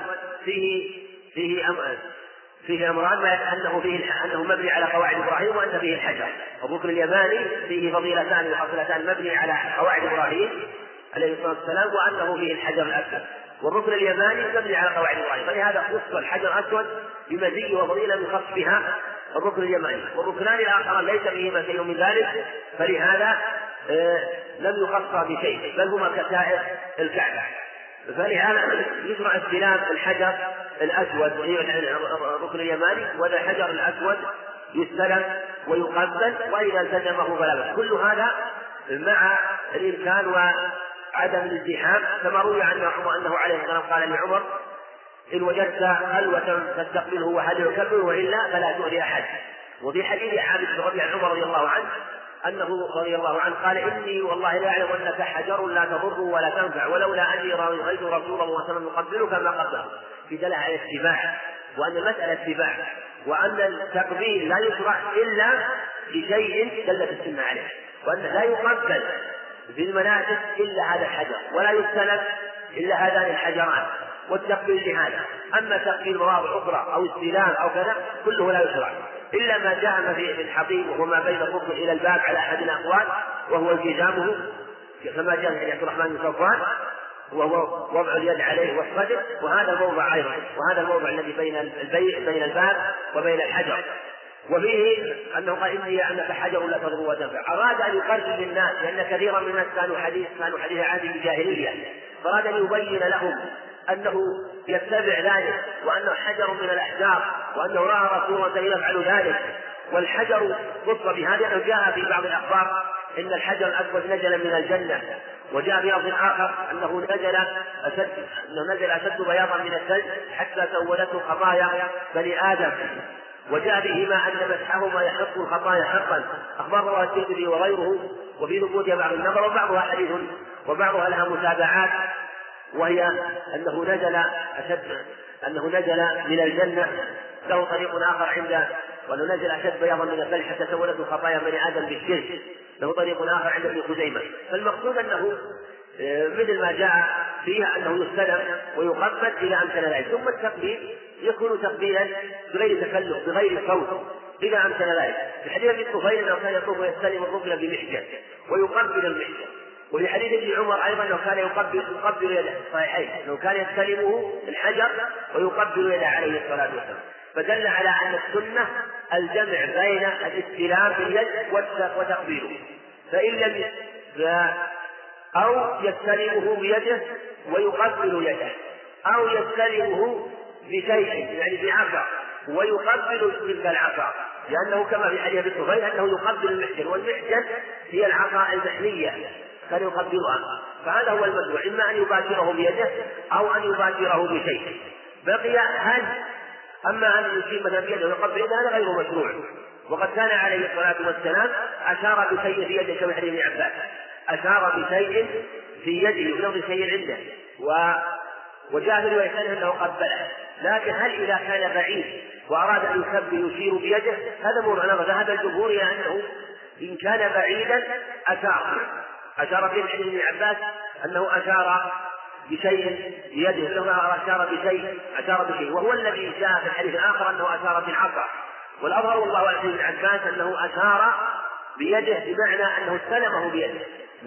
B: فيه أمران: أنه مبني على قواعد إبراهيم، وأن فيه الحجر. الركن اليماني فيه فضيلتان وحصلتان مبني على قواعد إبراهيم عليه الصلاة والسلام، وأنه فيه الحجر الأسود. والركن اليماني مبني على قواعد إبراهيم، فلهذا خص الحجر الأسود بمزية وفضيلة يخص بها الركن اليماني. والركنان الآخران ليس فيهما شيء من ذلك، فلهذا لم يخص بشيء، بل هما كسائر الكعبة. فلهذا يشرع استلام الحجر الأسود وهي الركن اليماني، وهذا الحجر الأسود يستلم ويقبل، وإذا التزمه فلا بأس. كل هذا مع الإمكان وعدم الازدحام، كما روي عنه أنه عليه السلام قال لعمر: إن وجدت خلوة فاستقبله وهل يكبر، وإلا فلا تؤذي أحد. وفي حديث عابد بن ربيعة عمر رضي الله عنه أنه رضي الله عنه قال: إني والله لا أعلم أنك حجر لا تضر ولا تنفع، ولولا أني رأيت رسول الله صلى الله عليه وسلم يقبلك ما قبلك. في دلالة على الاتباع، وأن المسألة اتباع، وأن التقبيل لا يشرع إلا بشيء دلت السنة عليه، وأن لا يقبل في المناسك إلا هذا الحجر، ولا يستلم إلا هذان الحجران، والتقبيل لهذا. أما تقبيل مواضع أخرى أو استلام أو كذا كله لا يشرع، إلا ما جاء في الحقيق، وهو ما بين الركن إلى الباب على أحد الأقوال، وهو التزامه كما جاء في عبد الرحمن بن صفوان، وهو وضع اليد عليه والصدر، وهذا الموضع أيضا، وهذا الموضع الذي بين الباب وبين الحجر. وفيه أنه قال: إني أنك حجر لا تضر وتنفع. أراد أن يقرب للناس، لأن كثيرا من الناس كانوا حديث عهد الجاهلية، فأراد أن يبين لهم أنه يتبع ذلك، وأنه حجر من الأحجار، وأنه رأى رسول الله يفعل ذلك. والحجر خص بهذا، أنه جاء في بعض الأخبار إن الحجر الأسود نزل من الجنة، وجاء في لفظ آخر أنه نزل أشد بياضا من الثلج حتى سودته خطايا بني آدم، وجاء بهما أن مسحهما يحط الخطايا حقا. أخبره الترمذي وغيره، وفي ثبوتها بعض النظر، وبعضها حديث وبعضها لها متابعات، وهي أنه نزل من الجنة. له طريق آخر وأنه نزل أشد بياضا من الثلج حتى سودته خطايا بني آدم بالشرك. له طريق آخر عند ابن خزيمة. فالمقصود أنه مثل ما جاء فيها أنه يستلم ويقبل إلى أمكن ذلك. ثم التقبيل يكون تقبيلا بغير تكلف بغير صوت إلى أمكن ذلك. في حديث ابن طفيل أنه كان يطوف ويستلم الركن بمحجن ويقبل المحجن. وفي حديث ابن عمر أيضا أنه كان يقبل يده، صحيحين، أنه كان يستلمه الحجر ويقبل يده عليه الصلاة والسلام. فدل على أن السنة الجمع بين الاستلام باليد وتقبيله. فإن لم أو يستلمه بيده ويقبل يده، أو يستلمه بشيء يعني بعصا ويقبل تلك العصا، لأنه كما في حديث ابن طفيل أنه يقبل المحجن، والمحجن هي العصا المحنية كان يقبلها. فهذا هو المشروع، إما أن يباشره بيده أو أن يباشره بشيء. بقي هل أما أن يشير مثلا بيده ويقبل يده هذا غير مشروع. وقد كان عليه الصلاة والسلام أشار بشيء في يده كما حديث ابن عباس، أشار بشيء في يده ولو بشيء عنده، وجاء في رواية أنه قبله. لكن هل إذا كان بعيد وأراد أن يكبر يشير بيده هذا موضوع نظر. ذهب الجمهور إلى أنه إن كان بعيدا أشار في حديث ابن عباس أنه أشار بشيء بيده، له أشار بشيء، وهو الذي جاء في الحديث الآخر أنه أشار بالعصا. والأظهر والله أعلم ابن عباس أنه أشار بيده بمعنى أنه استلمه بيده،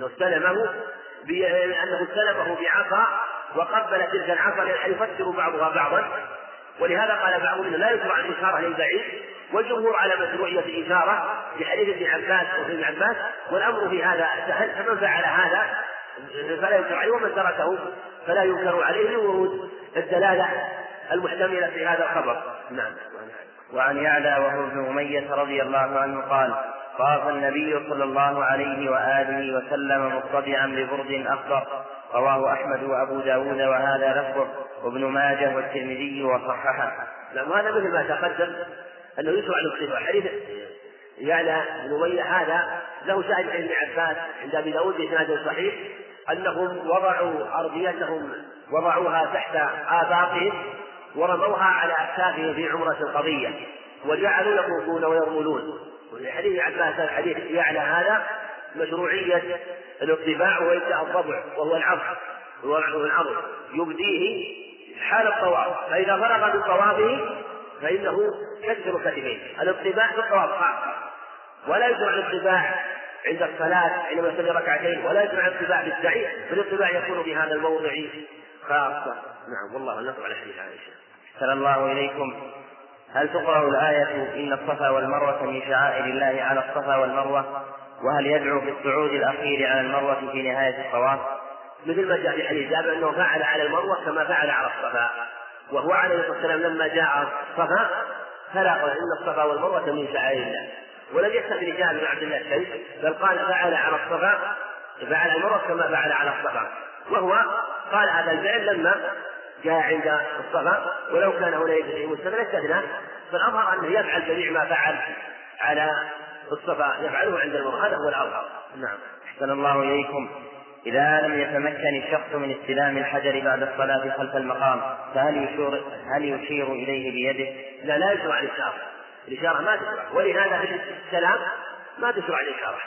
B: أنه استلمه بعصا وقبل تلك العصا، لأن يفسر بعضها بعضا. ولهذا قال بعضهم إنه لا يشرع الإشارة للبعيد، والجمهور على مشروعية الإشارة لحديث ابن عباس وفي ابن عباس، والأمر في هذا سهل، فمن فعل هذا فلا ينكر عليه، ومن تركه فلا ينكر عليه لورود الدلالة المحتملة في هذا الخبر. نعم.
A: وعن يعلى وهو ابن أمية رضي الله عنه قال: طاف النبي صلى الله عليه وآله وسلم مصطبعا ببرد أخضر، رواه أحمد وأبو داود وهذا لفظه، وابن ماجه والترمذي وصححه.
B: نعم. وهذا مثل ما تقدم أنه يشرع الاصطباع. حديث يعلى بن أمية هذا له شاهد عن ابن عباس عند أبي داود بإسناد صحيح أنهم وضعوها تحت آباطهم ورموها على أكتافهم في عمرة القضية وجعلوا يطوفون ويرملون. حديث عباس الحديث يعلى هذا مشروعية الاطباع وإبداء الضبع وهو العضل يبديه حال الطواف، فإذا فرغ من طوافه فإنه يكسر كتفيه. الاطباع في الطواف خاصة، ولا يشرع الاطباع عند الصلاة حينما يصلي ركعتين، ولا يشرع الاطباع في السعي، فالاطباع يكون في هذا الموضع خاصة. نعم. والله نصر على حديث عائشة.
A: صلى الله إليكم. هل تقرأ الآية إن الصفا والمروة من شعائر الله على الصفا والمروة؟ وهل يدعو في الصعود الأخير على المروة في نهاية الطواف؟
B: مثل ما جاء في حديث جابر أنه فعل على المروة كما فعل على الصفا، وهو عليه الصلاة والسلام لما جاء الصفا فلا قال إن الصفا والمروة من شعائر الله، ولم يكتب رجال بن عبد الله شيء، بل قال فعل على الصفا فعل المروة كما فعل على الصفا، وهو قال هذا الفعل لما جاء عند الصفا، ولو كان هناك شيء مستثنى استثنى، فالأظهر أنه يفعل جميع ما فعل على الصفا يفعله عند المروة، هذا هو الأظهر. نعم.
A: أحسن الله إليكم. إذا لم يتمكن الشخص من استلام الحجر بعد الصلاة خلف المقام فهل يشير إليه بيده؟
B: لا يشرع الإشارة ما تشرع، ولهذا في السلام ما تشرع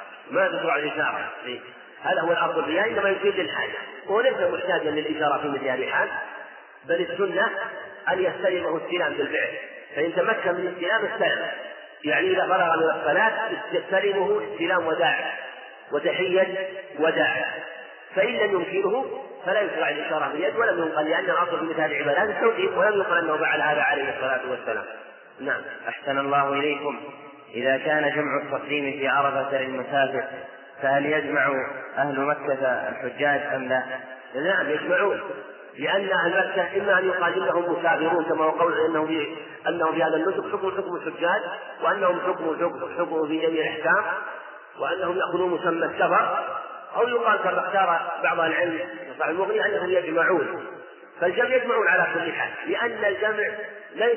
B: الإشارة. هذا هو الأفضل فيها، إنما يفيد للحاجة، وهو ليس محتاجا للإشارة في مثل هذه الحال، بل السنة أن يستلمه استلام بالفعل، فإن تمكن من استلام استلم، يعني إذا فرغ من الصلاة يستلمه استلام وداع وتحية وداع، فإن لم يمكنه فلا يشرع الإشارة باليد ولم ينقل، لأن الأصل في مثل هذه العبادات التوقيف، ولم ينقل أنه فعل هذا عليه الصلاة والسلام.
A: نعم. أحسن الله إليكم. إذا كان جمع التقديم في عرفة للمسافر فهل يجمع أهل مكة الحجاج أم لا؟
B: نعم يجمعون، لأن أهل مكة إما أن يقال إنهم مسافرون كما هو قول أنهم في هذا النسك حكم الحجاج، وأنهم حكم في جميع الأحكام، وأنهم يأخذون مسمى السفر، أو يقال كما اختار بعض العلم صاحب المغني أنهم يجمعون. فالجمع يجمعون على كل حال، لأن الجمع ليس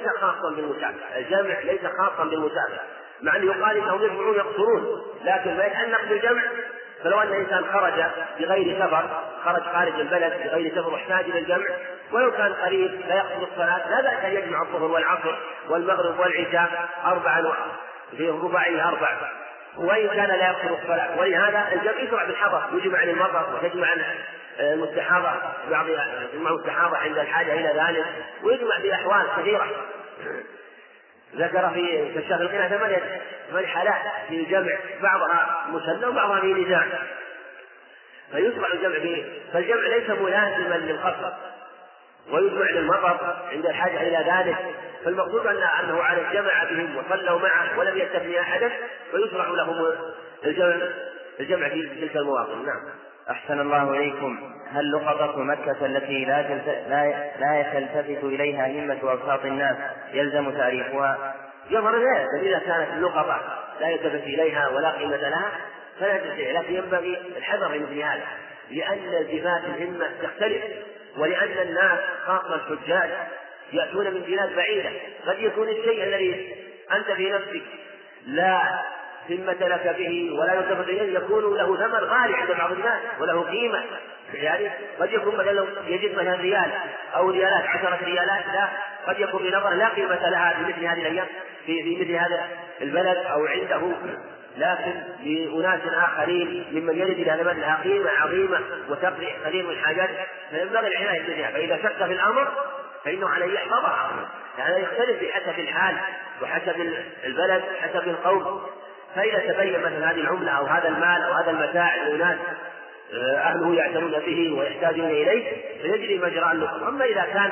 B: خاصا بالمسافر، مع أن يقال إنهم يجمعون يقصرون، لكن ما يتعلق بالجمع فلو أن الإنسان خرج بغير سفر، خرج خارج البلد بغير سفر واحتاج إلى الجمع، ولو كان قريب لا يقصد الصلاة لا بأس أن يجمع الظهر والعصر والمغرب والعشاء في رباعي 4، وإن كان لا يقصد الصلاة. ولهذا الجمع يشرع بالحضر، يجمع عن المطر وتجمع عن المستحاضة، يجمع المستحاضة عند الحاجة إلى ذلك، ويجمع بأحوال كثيرة. ذكر في الشهر القناة 8 حالات في الجمع، بعضها مسلم وبعضها في نزاع، فيشرع الجمع به. فالجمع ليس ملازما للقصر، ويجمع للمطر عند الحاجة إلى ذلك، فالمقصود أنه على الجمع بهم وصلوا معه ولم يستثني أحدا، فيشرع لهم الجمع في تلك المواطن. نعم.
A: أحسن الله إليكم. هل لقطة مكة التي لا تلتفت إليها همة وأبساط الناس يلزم تاريخها؟
B: يظهر ذلك، إذا كانت اللقطة لا يلتفت إليها ولا قيمة لها فلا تستطيع، لكن ينبغي الحذر من مثل هذا، لأن التفات الهمة تختلف، ولأن الناس خاصة الحجاج يأتون من بلاد بعيدة. قد يكون الشيء الذي أنت في نفسك لا ذمة لك به ولا يلتفت إليه يكون له ثمن غالي عند بعض الناس وله قيمة. يعني قد يكون مثلا يجد مثلا ريال أو ريالات 10 ريالات، لا قد يكون بنظر لا قيمة لها في مثل هذه الأيام في مثل هذا البلد أو عنده، لكن لأناس آخرين ممن يرد إلى هذا لها قيمة عظيمة وتقضي كثير من الحاجات، فينبغي العناية بها. فإذا شك في الأمر فإنه عليه يحفظها، يعني يختلف بحسب الحال وحسب البلد حسب القوم. فإذا تبين مثلا هذه العملة أو هذا المال أو هذا المتاع لأناس أهله يعتنون به ويحتاجون إليه فيجري مجرى اللقم. أما إذا كان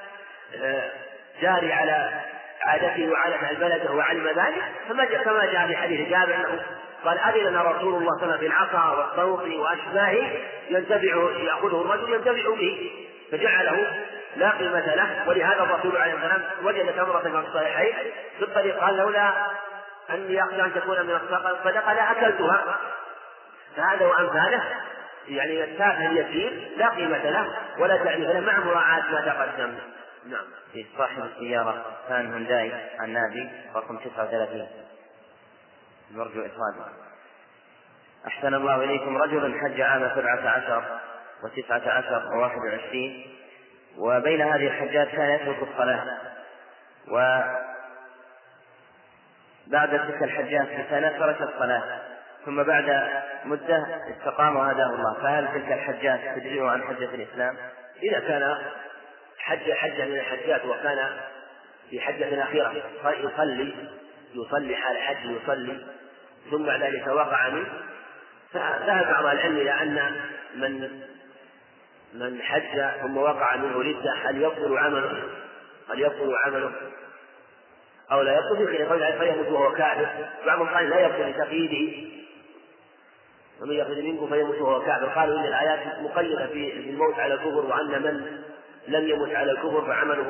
B: جاري على عادته وعادة البلد وعلم ذلك كما جاء في حديث جابر أنه قال أذن لنا رسول الله صلى الله عليه وسلم في العصا والصوت وأشباهه يأخذه الرجل ينتفع به فجعله لا قيمة له. ولهذا الرسول عليه السلام وجد تمرة في الصحيحين في الطريق قال لولا أني أخشى أن تكون من الصدقة لأكلتها. فهذا وأمثاله يعني التافه اليسير لا قيمة له ولا تعني له مع مراعاة ما تقدم.
A: نعم. في صاحب السيارة كان هونداي النادي رقم 39 نرجو إخراجه. أحسن الله إليكم. رجل حج عام 17 و19 و21 وبين هذه الحجات كان يترك الصلاة، وبعد تلك الحجات كان ترك الصلاة ثم بعد مدة استقام وهداه الله، فهل تلك الحجات تجزئه عن حجة الإسلام؟
B: إذا كان حجة من الحجات وكان في حجة أخيرة يصلي حال حج يصلي ثم بعد ذلك وقع منه، فذهب بعض العلم إلى أن من حج ثم وقع منه ردة هل يبطل عمله أو لا يبطل، في قول فيموت وهو كافر. بعضهم قال لا يبطل لتقييده ومن يخرج منكم فيموت وهو كافر. قالوا إن الآيات مقيدة في الموت على الكفر، وأن من لم يمت على الكفر فعمله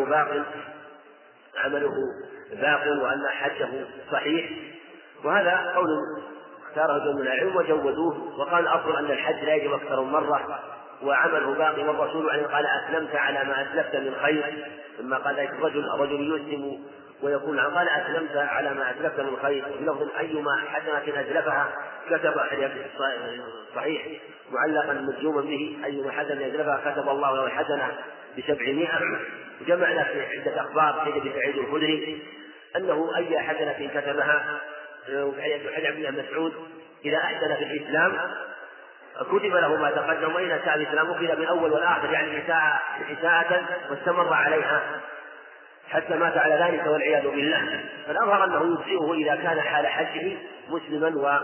B: باق وأن حجه صحيح. وهذا قول اختاره جمع العلم وجودوه، وقال الأصل أن الحج لا يجب أكثر من مرة وعمله باقي. والرسول عليه قال أسلمت على ما أسلفت من خير، ثم قال ذلك الرجل يسلم ويقول قال أسلمت على ما أسلفت من خير. بلفظ أيما حسنة أسلفها كتب صحيح معلقا مجزوما به أيما حسنة أسلفها كتب الله له الحسنة ب700. وجمعنا في عدة أخبار سيد سعيد الخدري أنه أي حسنة كتبها وحديث عبد الله بن مسعود إذا أحسن في الإسلام كتب له ما تقدم، وإذا ساء الإسلام أخذ بالأول والآخر يعني إساءة واستمر عليها حتى مات على ذلك والعياذ بالله. فالأظهر أنه يجزئه إذا كان حال حجه مسلما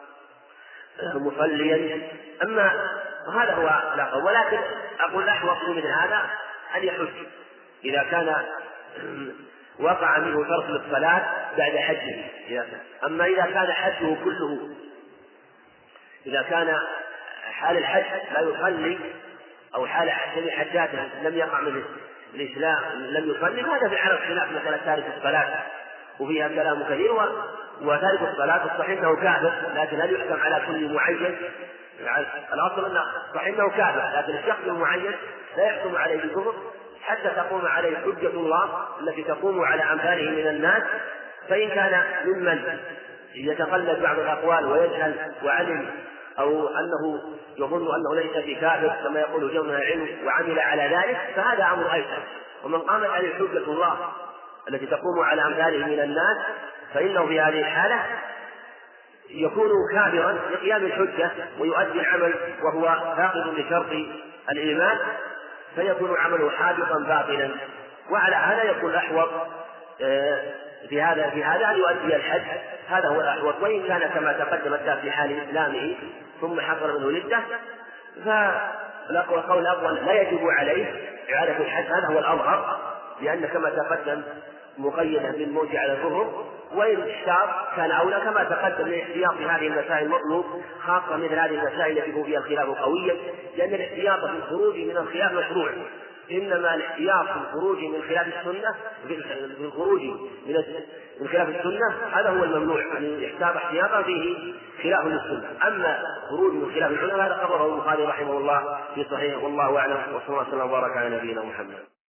B: ومصليا. أما هذا هو الأقل، ولكن أقول أحوط من هذا أن يحج إذا كان وقع منه ترك للصلاة بعد حجه. أما إذا كان حجه كله، إذا كان حال الحج لا يصلي أو حال حجاته لم يقع من الإسلام لم يصلي، هذا في حال الخلاف مثلا تارك الصلاة وفيها كلام كثير. وتارك الصلاة الصحيح أنه كافر، لكن لا يحكم على كل معين. الأصل أنه صحيح أنه كافر، لكن الشخص المعين لا يحكم عليه بالكفر حتى تقوم عليه حجة الله التي تقوم على أمثاله من الناس. فإن كان ممن يتقلد بعض الأقوال ويجهل وعلم أو أنه يظن أنه ليس بكافر كما يقول جمع العلم وعمل على ذلك فهذا أمر أيسر. ومن قامت عليه حجة الله التي تقوم على أمثاله من الناس فإنه في هذه الحالة يكون كافرا لقيام الحجة ويؤدي العمل وهو فاقد لشرط الإيمان، فيكون عمله حادثا باطلا. وعلى هذا يكون الأحوط في هذا أن يؤدي الحج، هذا هو الأحوط. وإن كان كما تقدم في حال إسلامه ثم حصل منه ردة فالقول الأول لا يجب عليه إعادة الحج، هذا هو الأظهر، لأن كما تقدم مقيدة بالموت على الكفر. وإن اشتاط كان أولى كما تقدم لاحتياط هذه المسائل المطلوب، خاصة مثل هذه المسائل التي يكون فيها الخلاف قويا، لأن الاحتياط في الخروج من الخلاف مشروع. إنما الاحتياط في الخروج من خلاف السنة من خلاف السنة هذا هو الممنوع، يعني يحتاط احتياطا فيه خلاف للسنة. أما الخروج من خلاف السنة هذا قرره البخاري رحمه الله في صحيح. والله أعلم، وصلى الله وسلم وبارك على نبينا محمد.